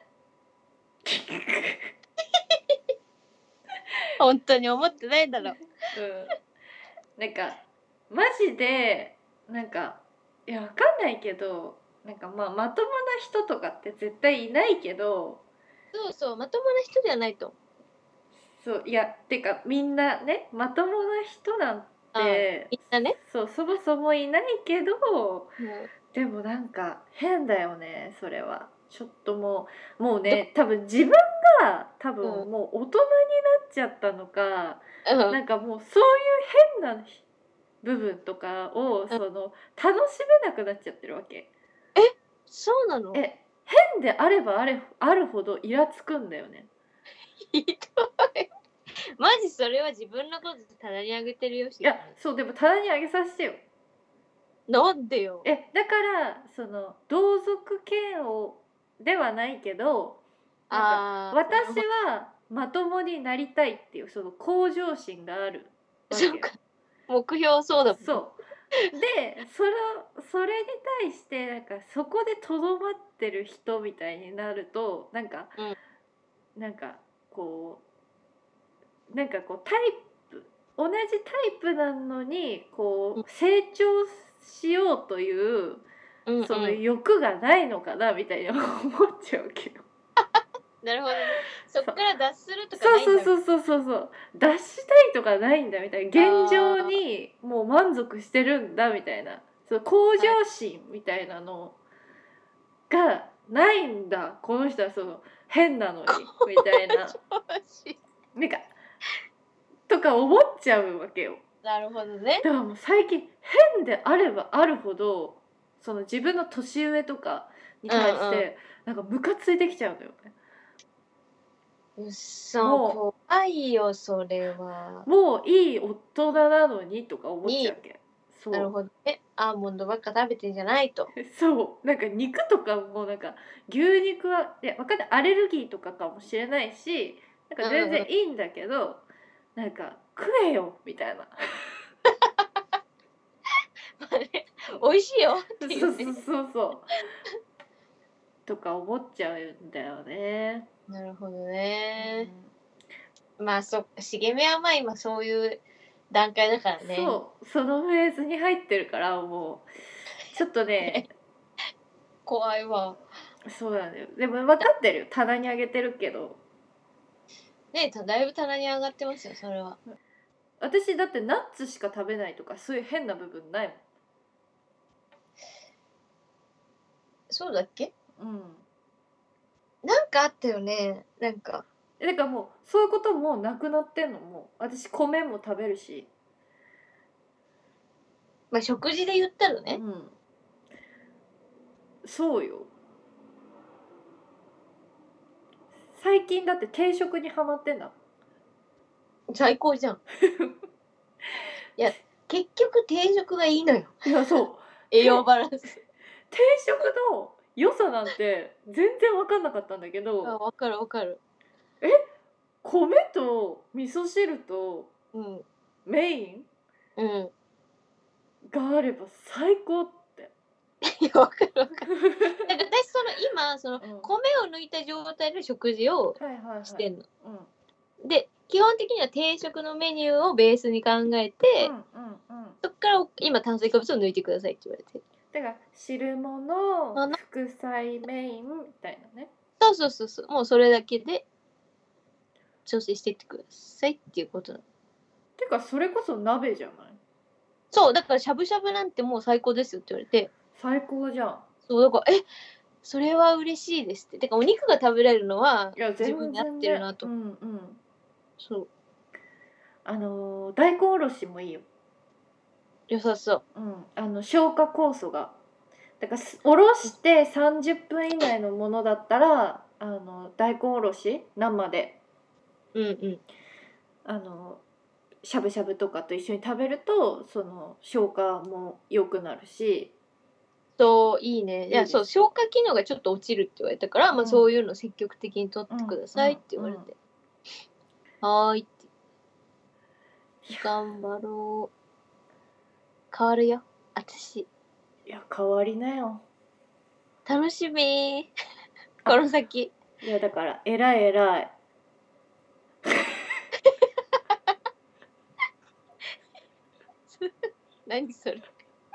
本当に思ってないだろう。 うん。なんかマジでなんかいやわかんないけど、なんかまあまともな人とかって絶対いないけど、 そうそう、まともな人ではないと思う。 そういやてかみんなねまともな人なんあてみんなね。 そうそもそもいないけど、 うんでもなんか変だよねそれは。ちょっともうもうね多分自分が多分うんもう大人になっちゃったのか、 うんなんかもうそういう変な部分とかをその楽しめなくなっちゃってるわけ。 そうなの？ え変であればあれあるほどイラつくんだよね。 ひどい。マジそれは自分のこと棚にあげてるよ。 いやそうでも棚にあげさせてよ。 なんでよ。 えだからその同族嫌悪ではないけど、なんかあー私はまともになりたいっていうその向上心があるわけよ。 そうか。目標そうだもん。 そうでそれそれに対してなんかそこでとどまってる人みたいになるとなんか、 うんなんかこうなんかこうタイプ同じタイプなのにこう成長しようといううんうん、 その欲がないのかなみたいな思っちゃうけど。 なるほどね。そっから脱するとかそうないんだ。 そうそうそうそうそう脱したいとかないんだみたいな、現状にもう満足してるんだみたいな、その向上心みたいなのがないんだこの人はその変なのにみたいななんかとか思っちゃうわけよ。 なるほどね。 だからもう最近変であればあるほどその自分の年上とかに対してなんかムカついてきちゃうのよね。 うっそ、怖いよそれは。 もういい大人なのにとか思っちゃうわけ。そうなるほどね。アーモンドばっか食べてんじゃないと。 そうなんか肉とかもなんか牛肉はいや分かんないアレルギーとかかもしれないしなんか全然いいんだけど、なんか食えよみたいな。 まあね、美味しいよっていそううね。 そうそうそうとか思っちゃうんだよね。 なるほどね。まあそ茂みはまあ今そういう段階だからね。 そうそのフェーズに入ってるからもうちょっとね怖いわ。 そうなんだよ。でも分かってるよ棚にあげてるけど。 ねえ、だいぶ棚に上がってますよそれは。 私だってナッツしか食べないとかそういう変な部分ないもん。 そうだっけ？ うんなんかあったよね。なんかえだからもうそういうこともなくなってんの。もう私米も食べるし、 まあ食事で言ったらね。 うん、そうよ。最近だって定食にハマってんだ。 最高じゃん。いや結局定食がいいのよ。 いやそう栄養バランス。 定食の良さなんて全然分かんなかったんだけあ、 ど、 わかるわかる。 米と味噌汁とうんメインうん。 があれば最高って。 いやわかるわかる。なんか私その今そのうん米を抜いた状態で食事をはいはいはいしてんの。 うんで基本的には定食のメニューをベースに考えて、 うんうんうんそっから今炭水化物を抜いてくださいって言われて。 だから汁物副菜メインみたいなね。 そうそうそうそう、もうそれだけで調整していってくださいっていうことなの。 てかそれこそ鍋じゃない。 そうだからしゃぶしゃぶなんてもう最高ですよって言われて。 最高じゃん。 そうだからえそれは嬉しいですって。てかお肉が食べれるのはいや自分全に合ってるなと。 然ね、うんうん、 そう。 あのー大根おろしもいいよ。 良さそう。 うん、あの消化酵素がだからすおろしてさんじゅっぷん以内のものだったらあの大根おろし生でうんうん。 あのしゃぶしゃぶとかと一緒に食べるとその消化も良くなるし。 そう、いいね。いや、 いいですそう、消化機能がちょっと落ちるって言われたから、まあうんそういうの積極的に取ってくうんださいってうんうん言われて。はーいって。 いや頑張ろう。変わるよ。私。 いや変わりなよ。 楽しみー。 あこの先。 いやだから偉い偉い何それ。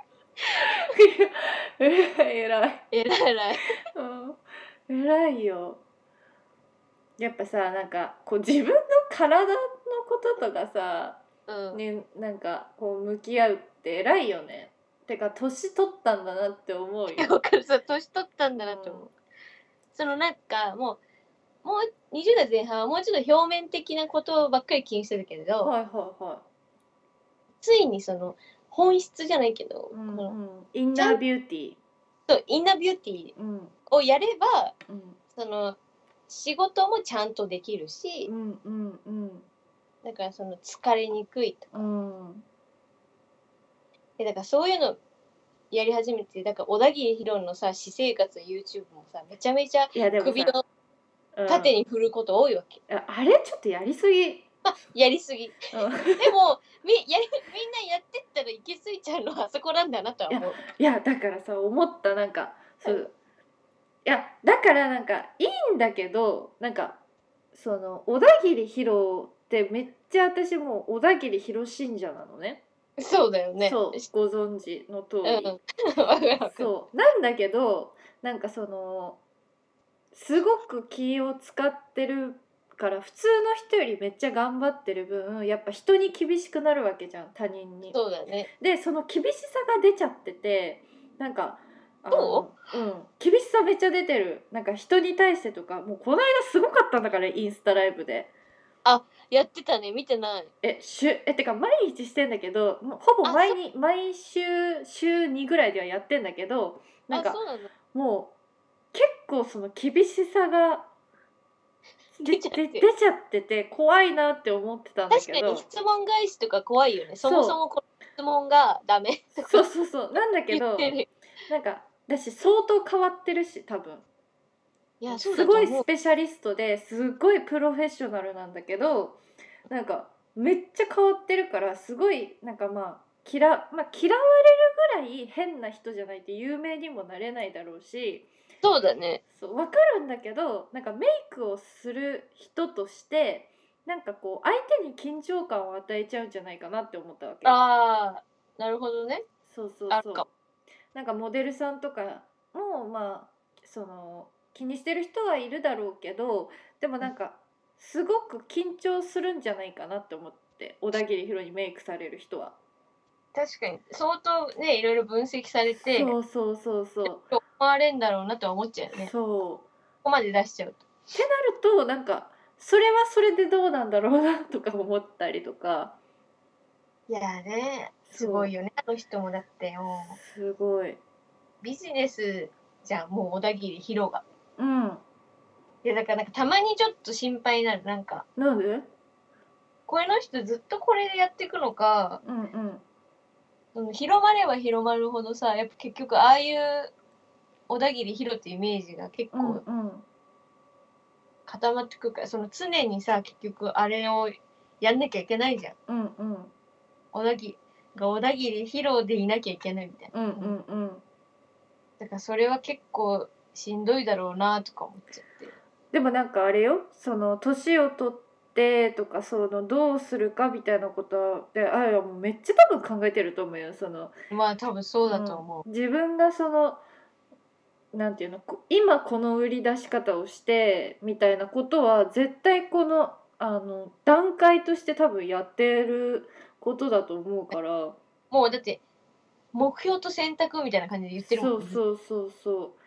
偉い偉い、 えらいえらい。 うん、偉いよ。やっぱさなんかこう自分の体のこととかさ、 うん。 ね、なんかこう向き合うって偉いよね。てか年取ったんだなって思うよ。 わかるさ、年取ったんだなと思う。 うんそのなんかもう、もうにじゅう代前半はもうちょっと表面的なことばっかり気にしてるけれど、 はいはいはついにその本質じゃないけど、 い。うんこのうん、インナービューティー。 そうインナービューティーうんをやれば、 うんその仕事もちゃんとできるし、 うんうんうんだからその疲れにくいとか、 うんでだからそういうのやり始めて、だから小田切ヒロのさ私生活 YouTube もさめちゃめちゃいやでもさ首をうん縦に振ること多いわけ。 ああれちょっとやりすぎ。 まあやりすぎ。 うんでもみやりみんなやってったら行き過ぎちゃうのはあそこなんだなとは思う。 いやだからさ思ったなんかそう、 うんいやだからなんかいいんだけどなんかその小田切ヒロってめっちゃ私もう小田切ヒロ信者なのね。 そうだよね。 そうご存知の通り、 うん。わかるわかる。 そうなんだけどなんかそのすごく気を使ってるから普通の人よりめっちゃ頑張ってる分やっぱ人に厳しくなるわけじゃん他人に。 そうだね。 でその厳しさが出ちゃっててなんかあのそうん厳しさめっちゃ出てる。なんか人に対してとかもうこの間すごかったんだからインスタライブでやってたね、見てない。 え週えてか毎日してんだけどもうほぼ毎に毎週週にぐらいではやってんだけどなんあ、 かそうなの。 もう結構その厳しさがで出ちゃってで出ちゃってて怖いなって思ってたんだ確かけどに質問返しとか怖いよね。 そそうもそもこの質問がダメとかそうそうそうなんだけど言ってる。 なんかだし相当変わってるし多分いや、そうすごいだと思う。 スペシャリストですごいプロフェッショナルなんだけどなんかめっちゃ変わってるからすごいなんかまあ嫌、まあ、嫌われるぐらい変な人じゃないと有名にもなれないだろうしそうだね。 そう分かるんだけどなんかメイクをする人としてなんかこう相手に緊張感を与えちゃうんじゃないかなって思ったわけ。 ああ、なるほどね。 そうそうそうあるかも。 なんかモデルさんとかもまあその気にしてる人はいるだろうけどでもなんかすごく緊張するんじゃないかなって思って小田切ヒロにメイクされる人は。 確かに。相当ね、いろいろ分析されて、 そうそうそうそう思われんだろうなとは思っちゃうよね。こそうこまで出しちゃうと。 ってなるとなんかそれはそれでどうなんだろうなとか思ったりとか。 いやね、すごいよね。あの人もだってよ。 すごい。 ビジネスじゃん、もう小田切ヒロが。 うんいや、だからなんかたまにちょっと心配になる。なんか、 なんでこの人ずっとこれでやっていくのか、 うんうんその広まれば広まるほどさ、やっぱ結局ああいう小田切ヒロっていうイメージが結うん構うん固まってくるから、その常にさ、結局あれをやんなきゃいけないじゃん。 うんうん小田切が小田切ヒロでいなきゃいけないみたいな。 うんうんうんだからそれは結構しんどいだろうなとか思っちゃって。 でもなんかあれよその年を取ってとかそのどうするかみたいなことであやもうめっちゃ多分考えてると思うよその、 まあ多分そうだと思う。 うん自分がそのなんていうのこ今この売り出し方をしてみたいなことは絶対このあの段階として多分やってることだと思うからもうだって目標と選択みたいな感じで言ってるもんね。 そうそうそうそう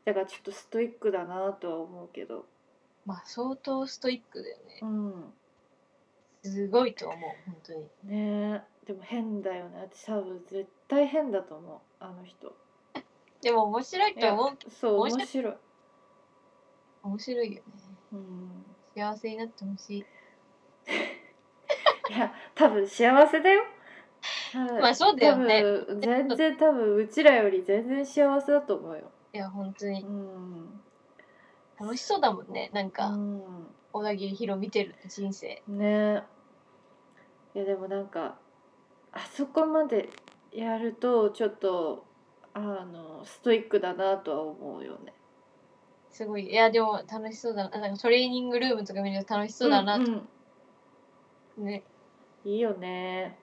だからちょっとストイックだなとは思うけど。 まあ相当ストイックだよね。 うんすごいと思う本当に。 ねえ、でも変だよね。私多分絶対変だと思う、あの人。 でも面白いいやと思う。 そう面白い面白い。 面白いよね。 うん幸せになってほしい。 いや多分幸せだよ。多分まあそうだよね。 多分全然多分うちらより全然幸せだと思うよ。 いや本当にうん楽しそうだもんね。なんうかん小田切ヒロ見てる人生。 ねえ。いやでもなんかあそこまでやるとちょっとあのストイックだなとは思うよね。 すごい。いやでも楽しそうだな。なんかトレーニングルームとか見ると楽しそうだなと、 うんうん、 ね。 いいよね。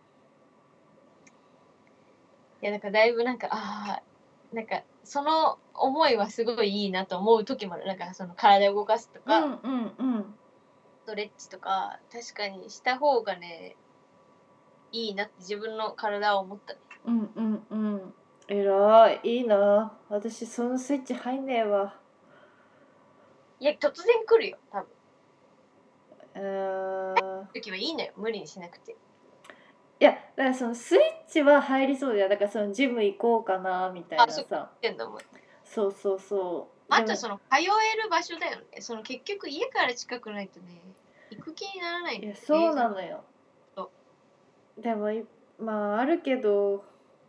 いやなんかだいぶなんかああなんかその思いはすごいいいなと思う時もある。なんかその体を動かすとか、 うんうんうんストレッチとか確かにした方がねいいなって自分の体を思ったね。 うんうんうんえらいいいな。私そのスイッチ入んねえわ。 いや突然来るよ多分。 うーん時はいいのよ無理にしなくて。 いやだからそのスイッチは入りそうだよ。だからそのジム行こうかなみたいあそうなさ。 言ってんだもん。 そうそうそうでもあとその通える場所だよね。その結局家から近くないとね行く気にならないんだよ。 いやそうなのよ。 そでもいまああるけど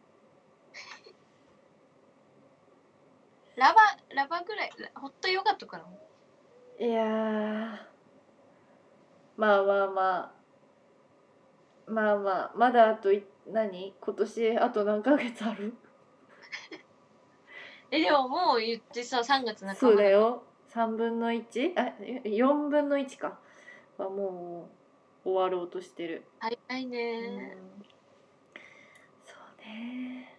ラバラバぐらいホットヨガとかの。 いやーまあまあまあまあまあまだあとい何今年あと何ヶ月ある。 えでももう言ってささんがつなかそうばだから。 だよさんぶんのいちあよんぶんのいちかはもう終わろうとしてる。 早いねうんー。 そうね。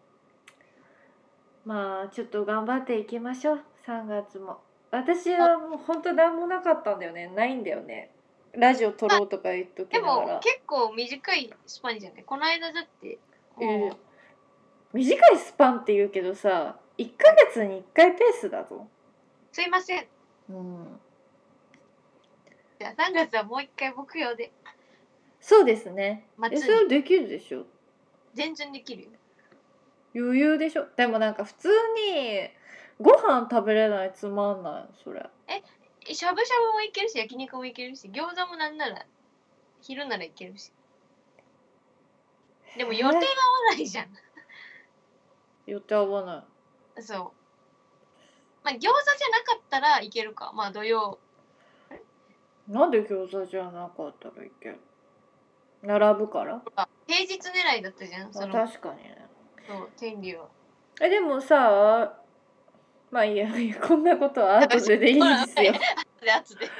まあちょっと頑張っていきましょうさんがつも。私はもうほんと何もなかったんだよね。ないんだよね。ラジオ撮ろうとか言っときでながら。 も結構短いスパンじゃないこの間だってえもう短いスパンって言うけどさいっかげつにいっかいペースだぞ。 すいません。 うんじゃあさんがつはもう一回木曜でそうですね。 末にえそれはできるでしょ。 全然できるよ。 余裕でしょ。でもなんか普通にご飯食べれないつまんないそれ。 えしゃぶしゃぶもいけるし焼肉もいけるし餃子もなんなら昼ならいけるし。でも予定が合わないじゃん。 予定合わなそう。まあ餃子じゃなかったらいけるか。まあ土曜。 い。なんで餃子じゃなかったらいける。並ぶから。 平日狙いだったじゃん。そあの確かにね。 そう天竜は。 えでもさまあいいやこんなことは後ででいいですよ。 で後で。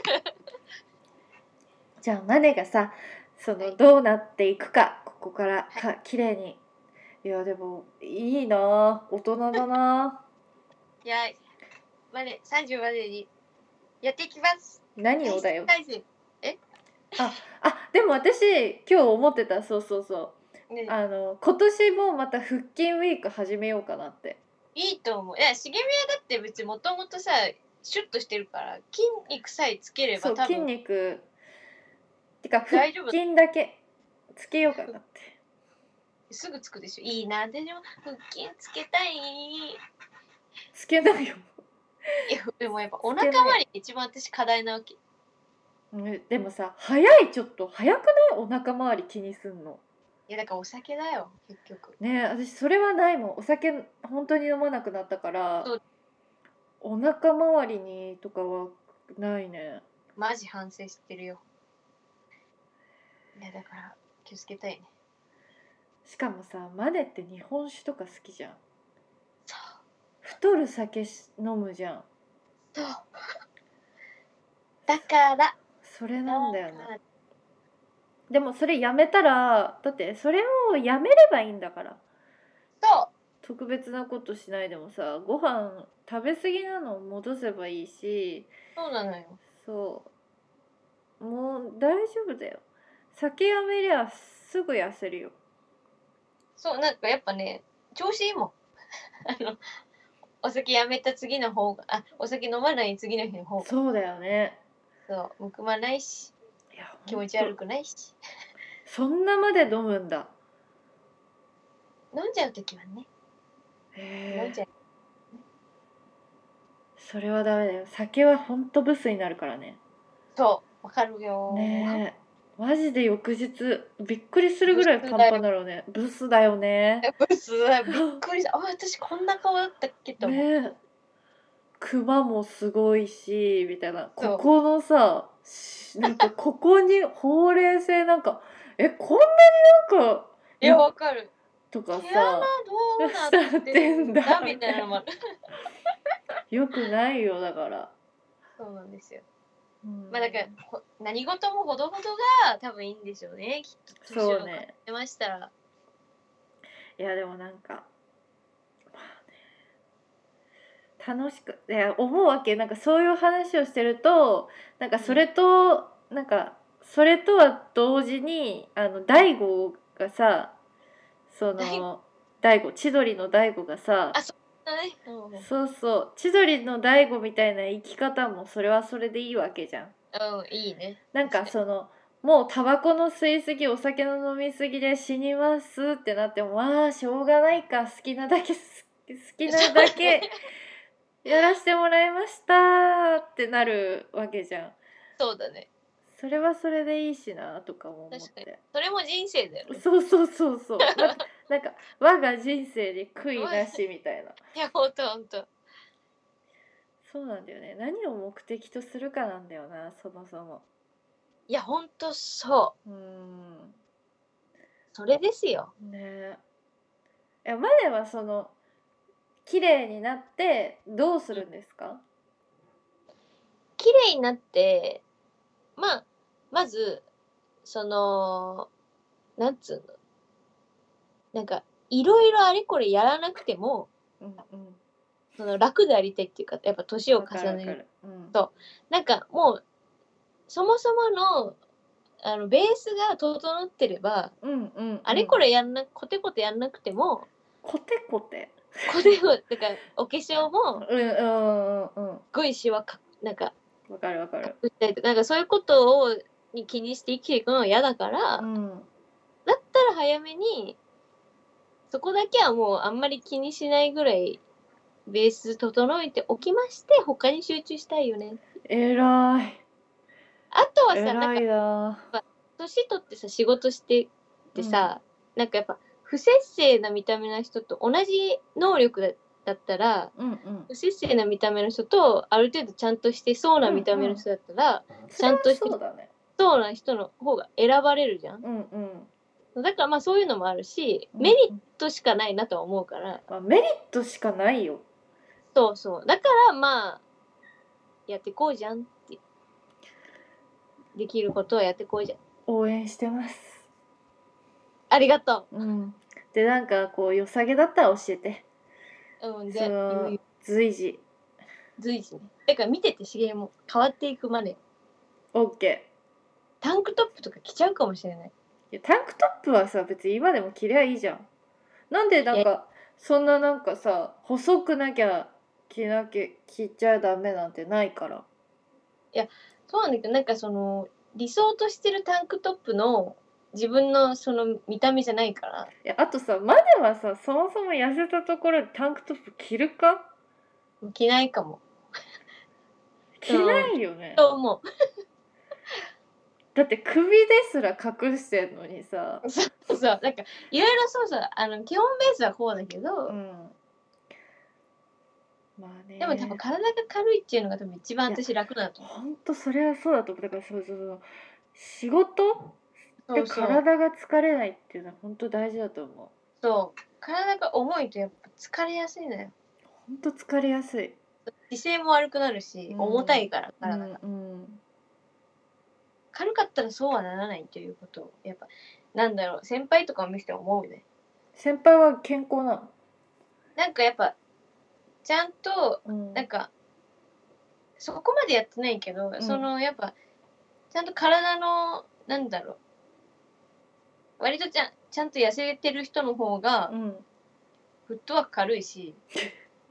じゃあマネがさそはいのどうなっていくかここからか綺麗に。いやでもいいな大人だな。 いやまでさんじゅうまでにやっていきます。 何をだよ。 大事あでも私今日思ってた。そうそうそうね、 あの今年もまた腹筋ウィーク始めようかなって。 いいと思う。いや茂みはだって別にもともとさシュッとしてるから筋肉さえつけれそう筋ば多分肉てか腹大丈夫筋だけつけようかなって。 すぐつくでしょ。いいな。でも腹筋つけたい。 つけないよ。 いやでもやっぱお腹周りが一番私課題なわけ。 うんでもさ早いちょっと早くないお腹周り気にすんの。 いやだからお酒だよ結局。 ねえ私それはないもん。お酒本当に飲まなくなったからそうお腹周りにとかはないね。 マジ反省してるよ。いやだから気をつけたいね。 しかもさマネって日本酒とか好きじゃん。 そう太る酒飲むじゃん。 そう。だからそれなんだよね。でもそれやめたらだってそれをやめればいいんだから。 そう特別なことしないでもさご飯食べ過ぎなのを戻せばいいし。 そうなのよ。 そうもう大丈夫だよ。酒やめりゃすぐ痩せるよ。 そうなんかやっぱね調子いいもん。あのお酒やめた次の方が、あ、お酒飲まない次の日の方が、 そうだよね。 そう、むくまないし、 いや気持ちほんと悪くないし、 そんなまで飲むんだ。 飲んじゃうときはね、飲んへえ。 じゃう。 それはダメだよ。酒はほんとブスになるからね。 そう、わかるよ。 ねえ。マジで翌日びっくりするブぐらいパンスだよ。 パンだろうね。ブスだよね。 ブスだよ。びっくりした。あ、私こんな顔だったっけと思う。 ねえ。クマもすごいしみたいな。 そうここのさ、しなんかここにほうれい線なんかえこんなになんかいや、 ゆわかる。 とか毛穴さどうなってるんだみたいなのもある。 よくないよだから。 そうなんですよ。 うんまあだからほ何事もほどほどが多分いいんでしょうね。きっと年を重そうね。 ねてましたら。 いやでもなんか、まあね、楽しくいや思うわけなんかそういう話をしてるとなんかそれと、うん、なんかそれとは同時にあの大悟がさその大悟千鳥の大悟がさあ、そうだね。うん、 そうそう千鳥の大悟みたいな生き方もそれはそれでいいわけじゃん。 うん、いいね。 なんかそのもうタバコの吸いすぎお酒の飲みすぎで死にますってなってもまあしょうがないか好きなだけ好きなだけやらせてもらいましたってなるわけじゃん。 そうだね。 それはそれでいいしなとかも思っ確かにて。 それも人生だよね。 そうそうそうそう。ま、なんか我が人生で悔いなしみたいな。 いや、ほんとほんと。 そうなんだよね。何を目的とするかなんだよなそもそも。 いや、ほんとそう。 うーん。 それですよ。 ねえ。いやマネはその綺麗になってどうするんですか？ 綺麗になって、まあ、まず、その、なんつうの、なんか、いろいろあれこれやらなくても、 うんうん。 その楽でありたいっていうか、やっぱ年をわか重ねるるわかる。うん。 と、なんかもう、そもそもの、あの、ベースが整ってれば、 うんうんうん。 あれこれやんな、コテコテやんなくても、 コテコテ。 コテコテ、だから、お化粧も、 うんうんうんうん。 すごいシワか、なんか、 わかるわかる。 打ったりとか、なんかそういうことを、に気にして生きていくのは嫌だから、 うん。 だったら早めに、そこだけはもうあんまり気にしないぐらい、ベース整えておきまして、他に集中したいよね。 えらい。 あとはさ、なんか、 えらいな。 年取ってさ、仕事しててさ、なんかやっぱ、不摂生な見た目の人と同じ能力だだったら、 うんうん。 不摂生な見た目の人と、ある程度ちゃんとしてそうな見た目の人だったら、ちゃんとしてそうだね。 そうな人の方が選ばれるじゃん。 うんうん。 だからまあそういうのもあるし、 うんメリットしかないなとは思うから、 まあ、メリットしかないよ。 そうそう。だからまあ、やってこうじゃんって。できることはやってこうじゃん。 応援してます。 ありがとうん。でなんかこう良さげだったら教えて。 う。うん、 そで、 の随時。 随時ね。だから見ててしげも変わっていくまで。 オッケー。 タンクトップとか着ちゃうかもしれない。 いやタンクトップはさ別に今でも着りゃいいじゃん。なんでなんかそんななんかさ細くなきゃ着なきゃ着ちゃダメなんてないから。 そうなんだけど、なんかその、理想としてるタンクトップの自分のその見た目じゃないから。 いやあとさマネはさそもそも痩せたところでタンクトップ着るか？ 着ないかも。 着ないよね。 と思う。 だって首ですら隠してんのにさ。 そうそう。なんか、いろいろそうそう。あの、基本ベースはこうだけど、 うんまあね、 でも多分体が軽いっていうのが多分一番私楽だと思う。 ほんとそれはそうだと思う。だからそうそうそう仕事でそうそう。 体が疲れないっていうのは本当大事だと思う。 そう。体が重いとやっぱ疲れやすいのよ。 ほんと疲れやすい。 姿勢も悪くなるし、 うん重たいから体が、 うんうん、 軽かったらそうはならないということをやっぱなんだろう先輩とかを見てて思うね。 先輩は健康なの？ なんかやっぱちゃんと、 うんなんかそこまでやってないけど、 んそのやっぱちゃんと体のなんだろう割とちゃんちゃんと痩せてる人の方がうん、 フットワーク軽いし、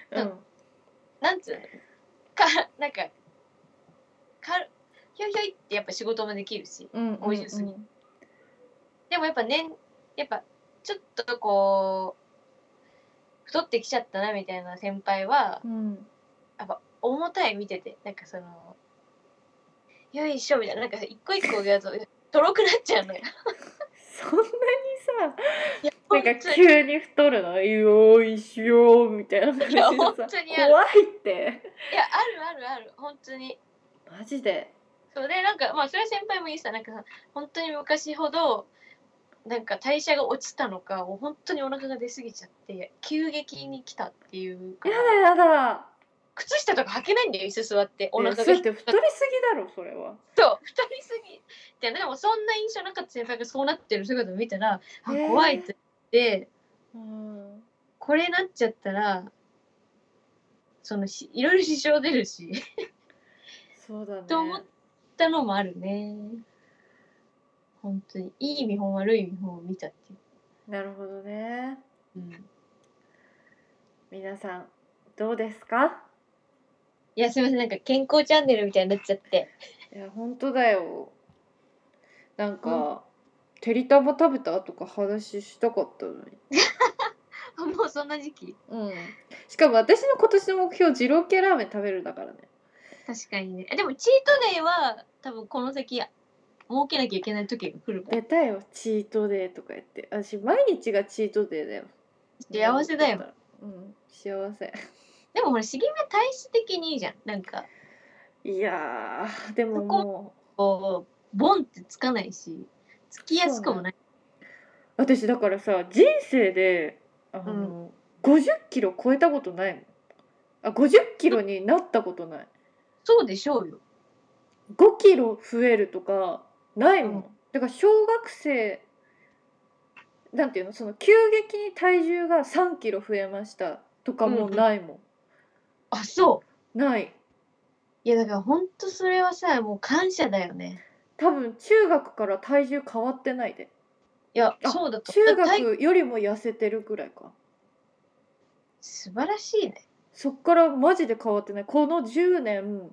うんなんつうのかなんかかひょいひょいってやっぱ仕事もできるし、 うんうん美味しすぎうんでもやっぱねやっぱちょっとこう太ってきちゃったなみたいな先輩はうんやっぱ重たい見ててなんかそのよいしょみたいななんか一個一個やるととろくなっちゃうのよ。 そんなにさいやなんか本当に急に太るのよいしょみたいな感じでいや本さ当にある怖いっていやあるあるある本当にマジでそうでなんかまあそれは先輩も言ってたなんかさ本当に昔ほどなんか代謝が落ちたのかもう本当にお腹が出過ぎちゃって急激に来たっていうかやらだやだ靴下とか履けないんだよ椅子座っておいや腹がそうやって太りすぎだろそれはそう太りすぎてでもそんな印象なかった先輩がそうなってる姿を見たらあえー怖いって言ってうんこれなっちゃったらそのしいろいろ支障出るしそうだねと思ったのもあるね本当にいい見本悪い見本を見たっていうなるほどねうん皆さんどうですかいやすみませんなんか健康チャンネルみたいになっちゃっていや本当だよなんか、 うんてりたま食べたとか話したかったのにあもうそんな時期うんしかも私の今年の目標二郎系ラーメン食べるだからね確かにねでもチートデイは多分この先設けなきゃいけない時が来るから出たよチートデーとか言って私毎日がチートデーだよ幸せだようん幸せでもほら茂みは体質的にいいじゃんなんかいやーでももうこうボンってつかないしつきやすくもない私だからさ人生であの、うん、ごじゅっキロ超えたことないもんあごじゅっキロになったことないそうでしょうよごキロ増えるとかないもん、 うんだから小学生なんていうのその急激に体重がさんキロ増えましたとかもないもん、 あそうないいやだからほんとそれはさもう感謝だよね多分中学から体重変わってないでいやあそうだと中学よりも痩せてるくらいか素晴らしいねそっからマジで変わってないこのじゅうねん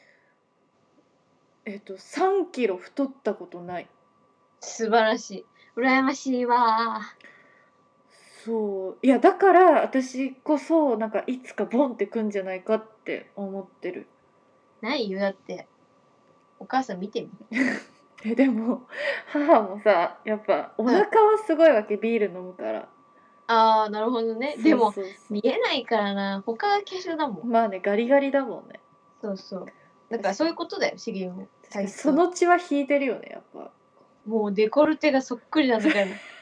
えっとさんキロ太ったことない素晴らしい羨ましいわそういやだから私こそなんかいつかボンってくんじゃないかって思ってるないよだってお母さん見てみえでも母もさやっぱお腹はすごいわけ、ビール飲むからああなるほどねでも見えないからな他は化粧だもんまあねガリガリだもんねそうそうだからそういうことだよ資源もその血は引いてるよねやっぱもうデコルテがそっくりなんだから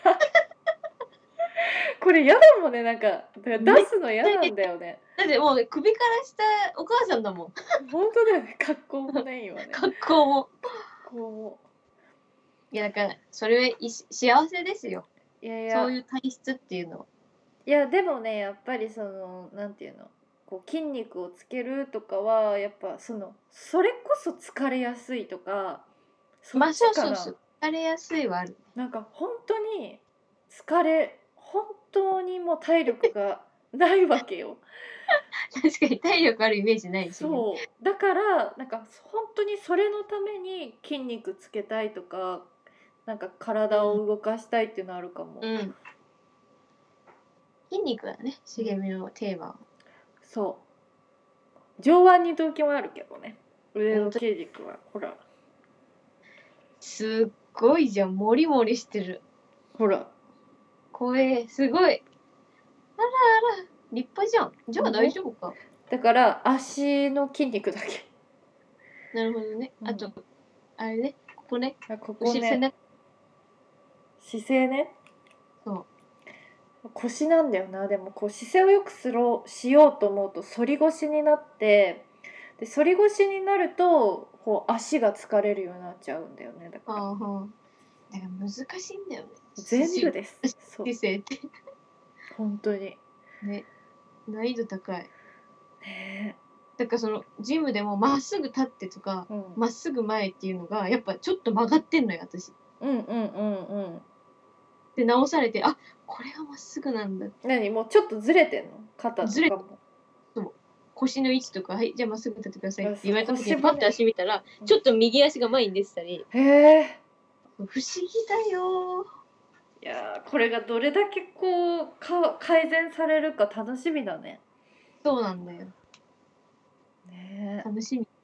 これ嫌だもんねなんか出すの嫌なんだよねだってもう首から下お母さんだもん本当だよね格好もね今ね格好も格好もいやだからそれはい幸せですよいやいやそういう体質っていうのいやでもねやっぱりそのなんていうのこう筋肉をつけるとかはやっぱそのそれこそ疲れやすいとかそまあっちかな、 そうそうそう疲れやすいはあるなんか本当に疲れ本当にもう体力がないわけよ確かに体力あるイメージないし、ね、 そうだからなんか本当にそれのために筋肉つけたいとかなんか体を動かしたいっていうのあるかも、 うん、筋肉だね茂みのテーマはそう上腕二頭筋はあるけどね上の筋肉はほらすっごいじゃんモリモリしてるほら怖えすごいあらあら立派じゃんじゃあ大丈夫か、 だから足の筋肉だけなるほどね、うん、あとあれねここねあここね姿勢ねそう腰なんだよなでもこう姿勢をよくすろしようと思うと反り腰になってで反り腰になるとこう足が疲れるようになっちゃうんだよねだから、 はあはあ、だから難しいんだよね全部です姿勢って本当にね難易度高いねだからそのジムでもまっすぐ立ってとかま、うん、っすぐ前っていうのがやっぱちょっと曲がってんのよ私うんうんうんうんで直されてあこれがまっすぐなんだって何もうちょっとずれてんの肩とかも腰の位置とか、はい、じゃあまっすぐ立ってくださいって言われた時腰もねにパッと足見たら、ちょっと右足が前に出てたり、 へえ。 不思議だよ。 いやーこれがどれだけこうか改善されるか楽しみだね。 そうなんだよ。 ね楽しみ。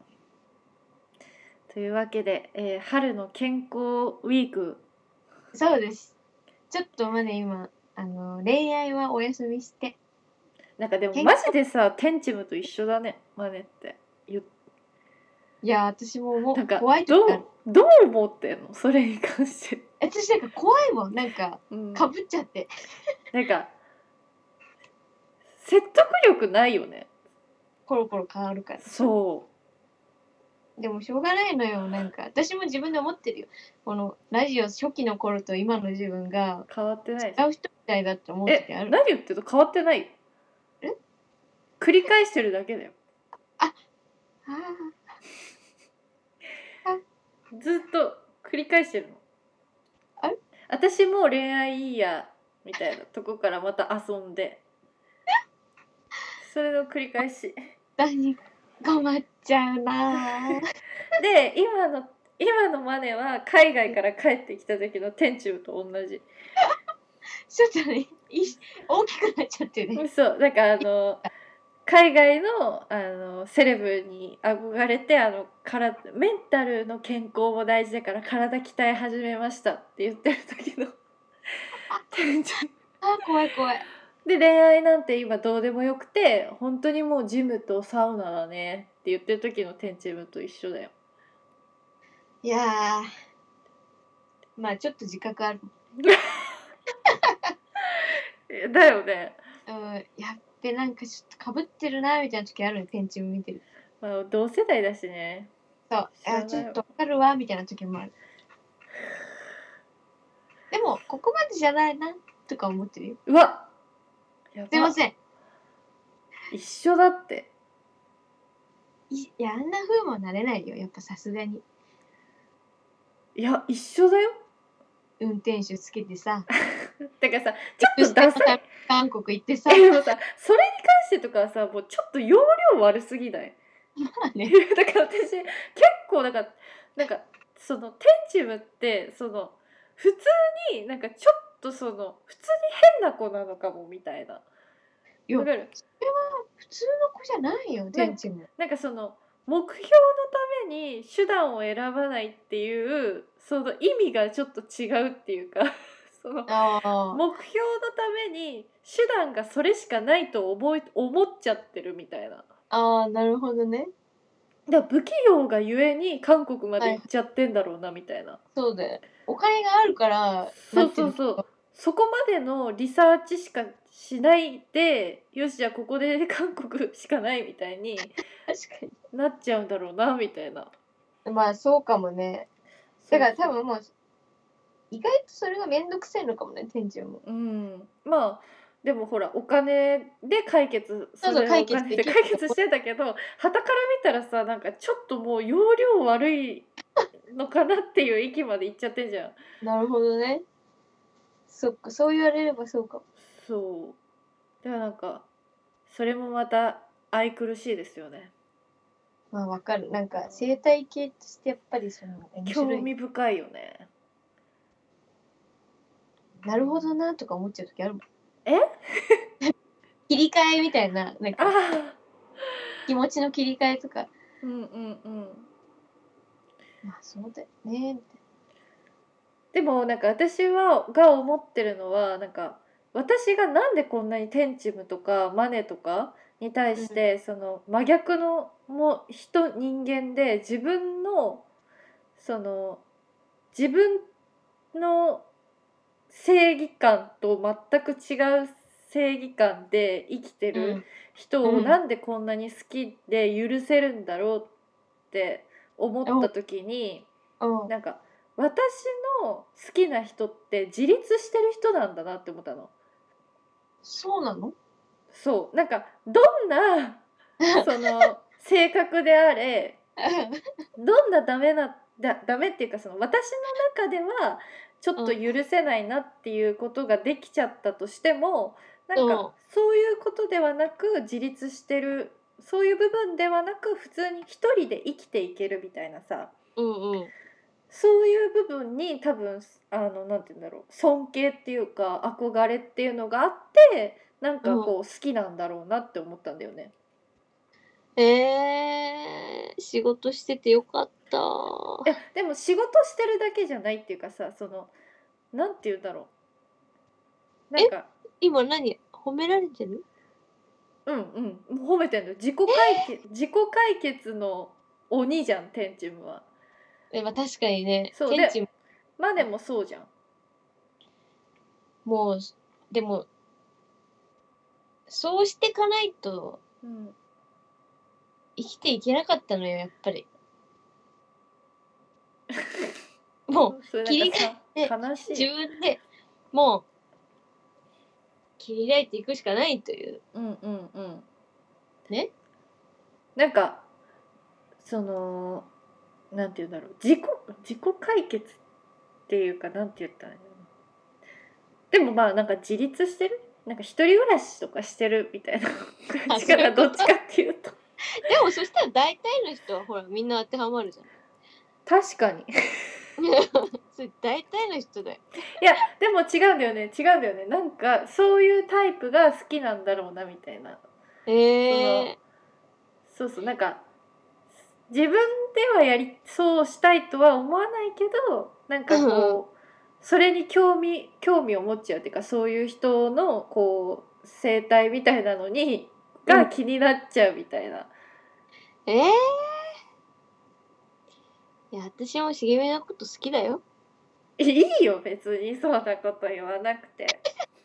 というわけで、えー春の健康ウィーク。 そうです。ちょっとまだ今、あの、恋愛はお休みして。 なんかでもマジでさテンチムと一緒だねマネって言っいや、私ももうなんか怖い時ある。 どうどう思ってんのそれに関して、 私なんか怖いもん。なんか、 うん、 かぶっちゃって。 なんか説得力ないよね。 コロコロ変わるから。 そでもしょうがないのよ。なんか、私も自分で思ってるよ。このラジオ初期の頃と今の自分がう変わってない違う人みたいだって思う時あえる。 何言ってるの変わってないよ。 え繰り返してるだけだよ。 あずっと繰り返してるの。 あれ私も恋愛いいやみたいなとこからまた遊んでそれの繰り返し何困っちゃうなぁ。 で今の今のマネは海外から帰ってきた時の天中と同じ。 ちょっとね、い大きくなっちゃってね。 そうなんかあの海外のあのセレブに憧れてあのからメンタルの健康も大事だから体鍛え始めましたって言ってる時の天中あ、怖い怖い。 で恋愛なんて今どうでもよくて本当にもうジムとサウナだねって言ってる時の天チムと一緒だよ。 いやー、まあちょっと自覚ある。 だよね。 うん、やっべ、なんかちょっとかぶってるなみたいな時あるね、天地も見てる。 まあ同世代だしね。 そう、あ、ちょっとわかるわみたいな時もある。でも、ここまでじゃないなとか思ってるよ。 うわやばすいません。 一緒だって。 いいや、あんな風もなれないよ、やっぱさすがに。 いや一緒だよ。 運転手つけてさ。 だからさちょっとダサい。 韓国行ってさ。 でもさそれに関してとかはさもうちょっと容量悪すぎない。 まあね。 だから私結構なんかなんかその天チムってその普通になんかちょっとその普通に変な子なのかもみたいな。 いやわかる？ それは普通の子じゃないよ、天地も。 なんかその目標のために手段を選ばないっていうその意味がちょっと違うっていうかそのああ。 目標のために手段がそれしかないと思い思っちゃってるみたいな。 ああ、なるほどね。 だから不器用がゆえに韓国まで行っちゃってんだろうなみたいな。 そうだよ。お金があるからそうそうそう。そこまでのリサーチしかしないでよしじゃあここで韓国しかないみたいに確かなっちゃうんだろうなみたいな。 に。まあそうかもね。だから多分もう意外とそれがめんどくさいのかもね、天地も。 うん。まあでもほらお金で解決そうそうれを解決できるお金で解決してたけど傍から見たらさなんかちょっともう容量悪いのかなっていう域までいっちゃってんじゃん。 なるほどね。そっか、そう言われればそうかも。 そう。でもなんかそれもまた愛くるしいですよね。 まあわかる。なんか生態系としてやっぱりその面白興い。 味深いよね。 なるほどなとか思っちゃう時あるもん。 え切り替えみたいな、なんかあ気持ちの切り替えとか。 うんうんうん。 まあそうだよね。 でもなんか私はが思ってるのはなんか私がなんでこんなにテンチムとかマネとかに対してその真逆のも人人間で自分のその自分の正義感と全く違う正義感で生きてうるん。 人うんをなんでこんなに好きで許せるんだろうって思った時にうん。 なんか私の好きな人って自立してる人なんだなって思ったの。 そうなの？ そうなんかどんなその性格であれどんなダメなだダメっていうかその私の中ではちょっと許せないなっていうことができちゃったとしてもなんうんかそういうことではなく自立してるそういう部分ではなく普通に一人で生きていけるみたいなさ、 うんうん。 そういう部分に多分あのなんて言うんだろう、尊敬っていうか憧れっていうのがあってなんかこう好きなんだろうなって思ったんだよね。 えー、仕事しててよかった。 いやでも仕事してるだけじゃないっていうかさ、そのなんて言うんだろう、なんか今何褒められてる？ うんうん褒めてんの。自己解決、自己解決の鬼じゃんテンチムは。 え、まあ確かにね。 そう天地でマネもそうじゃん。 もう、でも、そうしてかないとうん生きていけなかったのよ、やっぱり。もう、 それ切りなん替えて、 かさ悲し自い。 分でもう、切り開いていくしかないという。 うんうんうんね。 なんかそのなんて言うんだろう、自己自己解決っていうかなんて言ったらいいの。でもまあなんか自立してる、なんか一人暮らしとかしてるみたいな感じかな、どっちかっていうと。 でもそしたら大体の人はほらみんな当てはまるじゃん。 確かに。 それ大体の人だよ。 いやでも違うんだよね、違うんだよね。なんかそういうタイプが好きなんだろうなみたいな。 えー、 そうそう、なんか自分ではやりそうしたいとは思わないけど、なんかこうそれに興味興味を持っちゃうっていうか、そういう人のこう生態みたいなのにが気になっちゃうみたいな。 えー、いや私も茂みのこと好きだよ。 いいよ別にそんなこと言わなくて。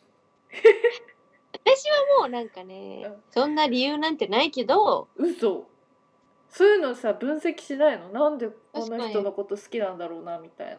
私はもうなんかね、 うんそんな理由なんてないけど、 嘘。そういうのさ分析しないの？なんでこ確かにの人のこと好きなんだろうなみたいな。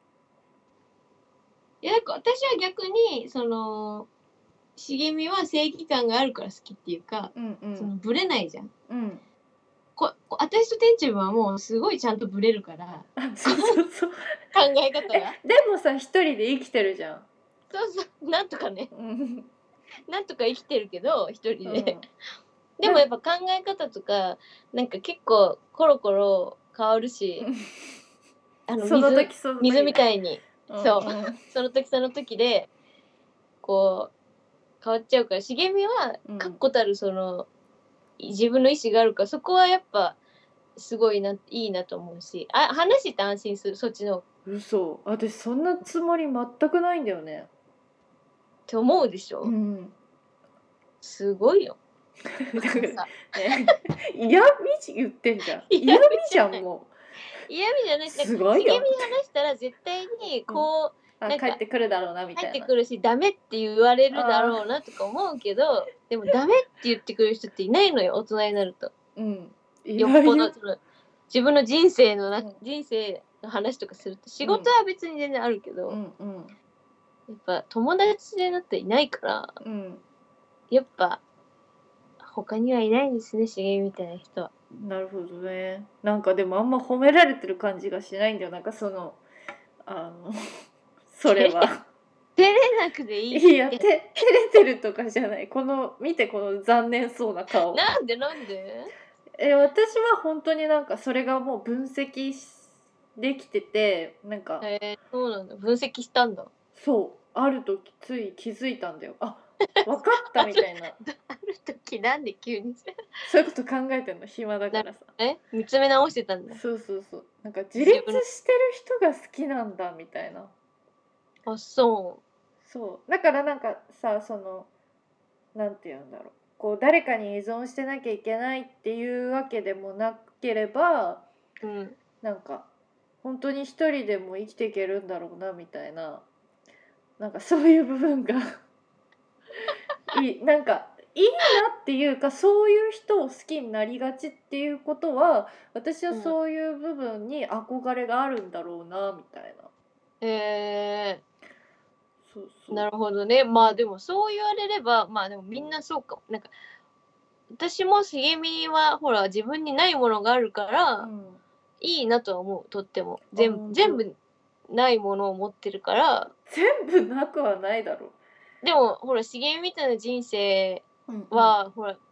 いやなんか私は逆にその茂みは正義感があるから好きっていうか、 うんうそのんブレないじゃん。 うん。 ここ私と店長はもうすごいちゃんとブレるからあそうそうそう。 考え方が。 でもさ一人で生きてるじゃん。 そうそうなんとかね、 うんなんとか生きてるけど一人で。 うんでもやっぱ考え方とかなんか結構コロコロ変わるし、あのその水時その時水みたいに、 うんそううんその時その時でこう変わっちゃうから、茂みはうん確固たるその自分の意思があるから、そこはやっぱすごいないいなと思うし、あ話して安心する、そっちのっ嘘、私そんなつもり全くないんだよね。 て思うでしょ、 うんすごいよ。 だからさね嫌味言ってんじゃん。 嫌嫌味味じゃんも嫌味じゃない、 すごいよ茂みに話したら絶対にこう、 う。あなんか帰ってくるだろうなみたいな。 入ってくるしダメって言われるだろうなとか思うけど、でもダメって言ってくる人っていないのよ、大人になると。 うん。いよっないよ。 ぽどその自分の人生のな、 うん人生の話とかすると、仕事は別に全然あるけど、 うんうんやっぱ友達でなっていないから、 うん。 やっぱ他にはいないですね、茂みみたいな人は。 なるほどね。なんかでもあんま褒められてる感じがしないんだよ。なんかそのあのそれは。 照れなくていいって。 いやて照れてるとかじゃない。この見てこの残念そうな顔。 なんでなんでえ私は本当になんかそれがもう分析できてて、なんかえー、そうなんだ。分析したんだ。 そうある時つい気づいたんだよ。あ分かったみたいな。 ある時なんで急にそういうこと考えてんの暇だからさ。 え見つめ直してたんだ。 そうそうそう。なんか自立してる人が好きなんだみたいな。 あ、そそうだからなんかさ、そのなんて言うんだろう、こう誰かに依存してなきゃいけないっていうわけでもなければ、 う。うん。 なんか本当に一人でも生きていけるんだろうなみたいな、なんかそういう部分がいい、なんかいいなっていうか、そういう人を好きになりがちっていうことは、私はそういう部分に憧れがあるんだろうなみたいな。 えそうそー、 う。 なるほどね。まあでもそう言われれば、まあでもみんなそうかも。なんか私も茂みはほら自分にないものがあるから、 うん、 いいなとは思う、とっても。全部本当全部ないものを持ってるから。 全部なくはないだろでもほら茂みみたいな人生う。うんうんは、ほら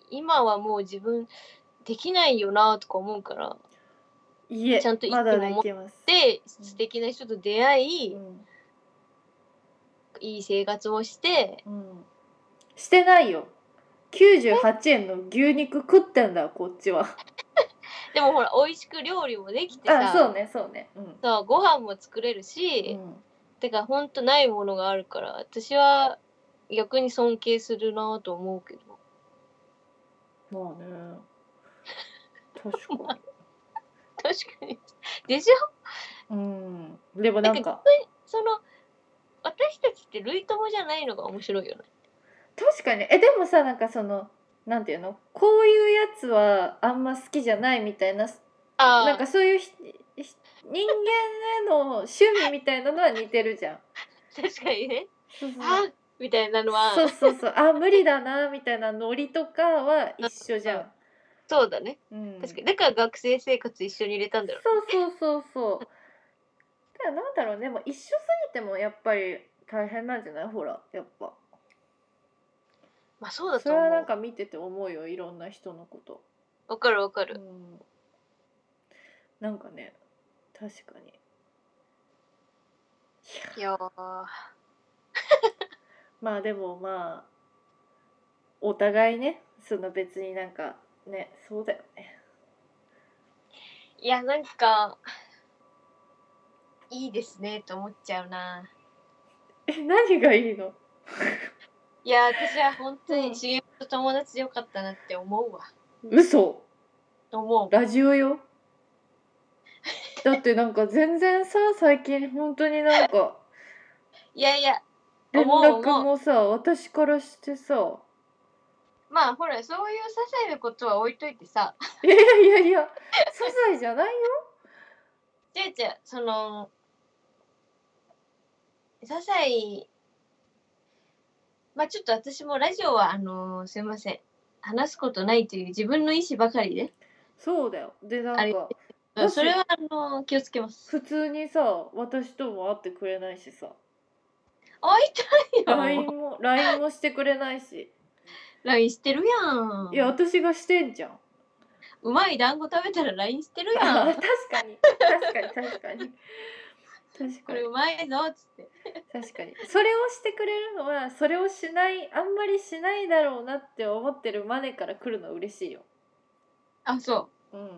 今はもう自分できないよなとか思うから、 いえちゃんと意まだで識も持っきます。 てうん素敵な人と出会い、 うんいい生活をして、 うん、してないよ。きゅうじゅうはちえんの牛肉食ってんだこっちは。 でもほら美味しく料理もできてさ、 あ、そうねそうね。うんそうご飯も作れるうし、 ん、 てかほんとないものがあるから、私は逆に尊敬するなと思うけど。 まあね確かに。 確かに。でしょ？ うん、でもなんかその私たちって類友じゃないのが面白いよね。 確かにえでもさなんかそのなんていうのこういうやつはあんま好きじゃないみたいなあなんかそういうひひ人間への趣味みたいなのは似てるじゃん。 確かにね。 そうそうあみたいなのは。 そうそうそうあ無理だなみたいなノリとかは一緒じゃん。 そうだね。 うん、 確かに。だから学生生活一緒に入れたんだろう。 そうそうそうそう。だからなんだろうねでも一緒すぎてもやっぱり大変なんじゃないほらやっぱ。 まあそうだそれはと思う。 なんか見てて思うよいろんな人のこと。 わかるわかる。 うん、なんかね確かに。 いやーまあでもまあお互いねその別になんかねそうだよね。 いやなんかいいですねと思っちゃうな。 え何がいいの？ いや私は本当うんにしげみと友達でよかったなって思うわ。 嘘思う。 ラジオよ。だってなんか全然さ最近本当になんかいやいや連思う絡思う。 もさ私からしてさまあほらそういう些細なことは置いといてさ。 いやいやいやいや些細じゃないよ。 違う違うその些細まあちょっと私もラジオはあのーすいません話すことないという自分の意思ばかりでそうだよ。でなあれんかだしそれはあのー気をつけます。 普通にさ私とも会ってくれないしさ会いたいよ。 ライン も ライン もしてくれないし。 ライン してるやん。 いや私がしてんじゃん。 うまい団子食べたら ライン してるやん。 あ確かに確かに確かに確これかにうまいぞっつって。 確かにそれをしてくれるのはそれをしないあんまりしないだろうなって思ってるマネから来るのは嬉しいよ。 あそう。 うん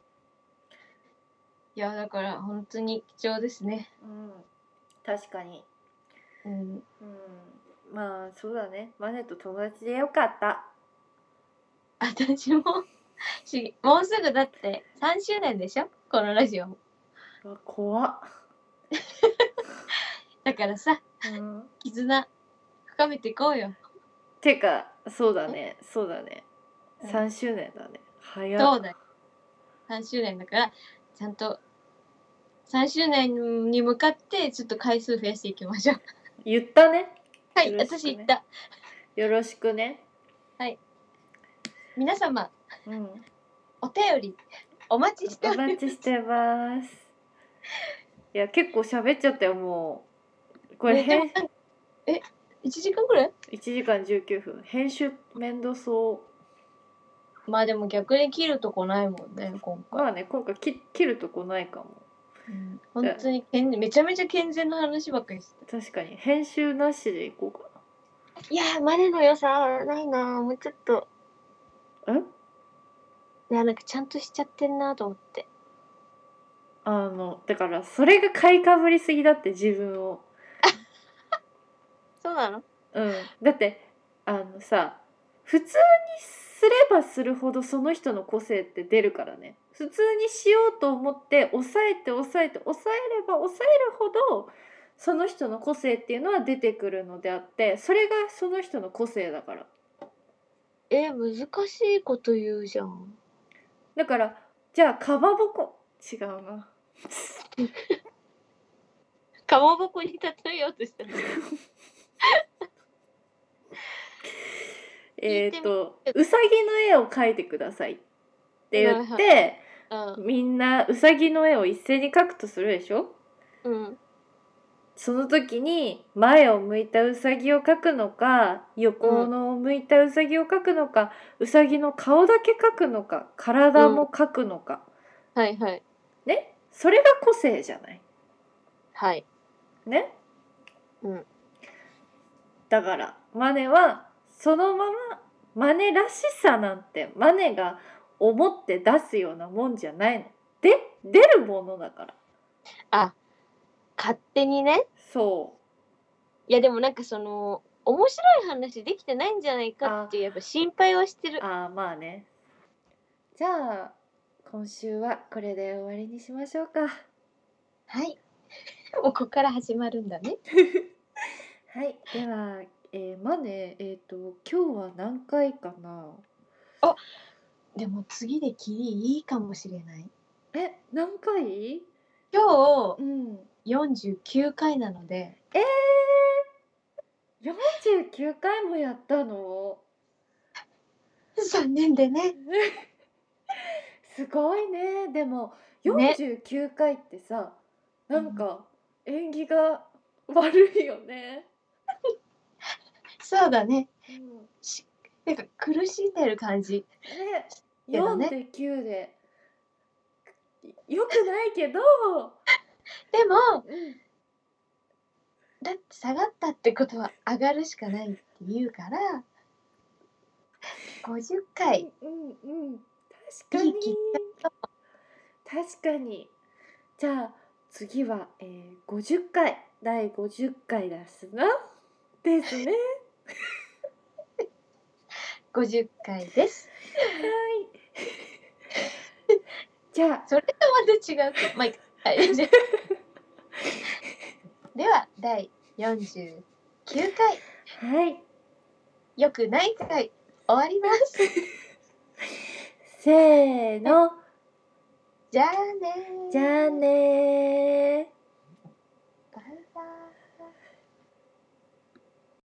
いやだから本当に貴重ですね。 うん確かに。 うんうんまあそうだねマネと友達でよかった。 私もしもうすぐだってさんしゅうねんでしょこのラジオも。 うわ怖っ。 だからさうん絆深めていこうよ。 てかそうだねそうだねうんさんしゅうねんだね早っ。 そうだよ。さんしゅうねんだからちゃんとさんしゅうねんに向かってちょっと回数増やしていきましょう。 言ったね。 はい、 よろしくね私言った。 よろしくね。 皆様うんお便りお待ちしておおります。 待ちしてます。いや結構喋っちゃったよもう。これねでも編なんかえいちじかんぐらい？ いちじかんじゅうきゅうふん編集めんどそまあでも逆に切るとこないもんね今う。 回。 まあね今回き切るとこないかも。 うん、本当に健めちゃめちゃ健全な話ばっかりして確かに編集なしでいこうかた。いやーマネの良さないなもうちょっと。 な。えいやなんかちゃんとしちゃってんなと思って。 あのだからそれが買いかぶりすぎだって自分を。 そうなの？ うんだってあのさ普通にすればするほどその人の個性って出るからね。普通にしようと思って抑えて抑えて抑えれば抑えるほどその人の個性っていうのは出てくるのであってそれがその人の個性だから。 え難しいこと言うじゃん。 だからじゃあかまぼこ違うなかまぼこに例えようとしたの。 えっとうさぎの絵を描いてくださいって言っはてうんみんなうさぎの絵を一斉に描くとするでしょ。 うんその時に前を向いたウサギを描くのか、横の向いたウサギを描くのか、ウサギの顔だけ描くのか、体も描くのか、 はいはい。 ね、それが個性じゃない。 はい。 ね。 うん。 だからマネはそのままマネらしさなんてマネが思って出すようなもんじゃないの。で出るものだから。 あ、勝手にね。 そいやでもなんかその面白い話できてないんじゃないかっていうやっぱ心配はしてる。 ああまあね。じゃあ今週はこれで終わりにしましょうか。 はい。もうここから始まるんだね。 はい。では、えー、マネえっ、ー、と今日は何回かな。 あ、でも次でキリいいかもしれない。 え、何回？ 今日、 うん、 よんじゅうきゅうかいなので。 えー、よんじゅうきゅうかいもやったの？ 残念でね。 すごいね。でもよんじゅうきゅうかいってさ、ね、なんか縁起が悪いよね。 そうだね。 うん、 なんか苦しんでる感じ。 ね、 けどね。 よんできゅうでよくないけどでも、 うん、 だって下がったってことは上がるしかないって言うからごじゅっかい。 うんうんうん、確かに確かに。じゃあ次は、えー、ごじゅっかいだいごじゅっかいだすなですね。 ごじゅっかいです。 はい。じゃあそれとまた違うけど、まあいいか。はい、ではだいよんじゅうきゅうかい、 はい、 よくない回終わります。 せーの、 じゃあねー。 じゃあねー。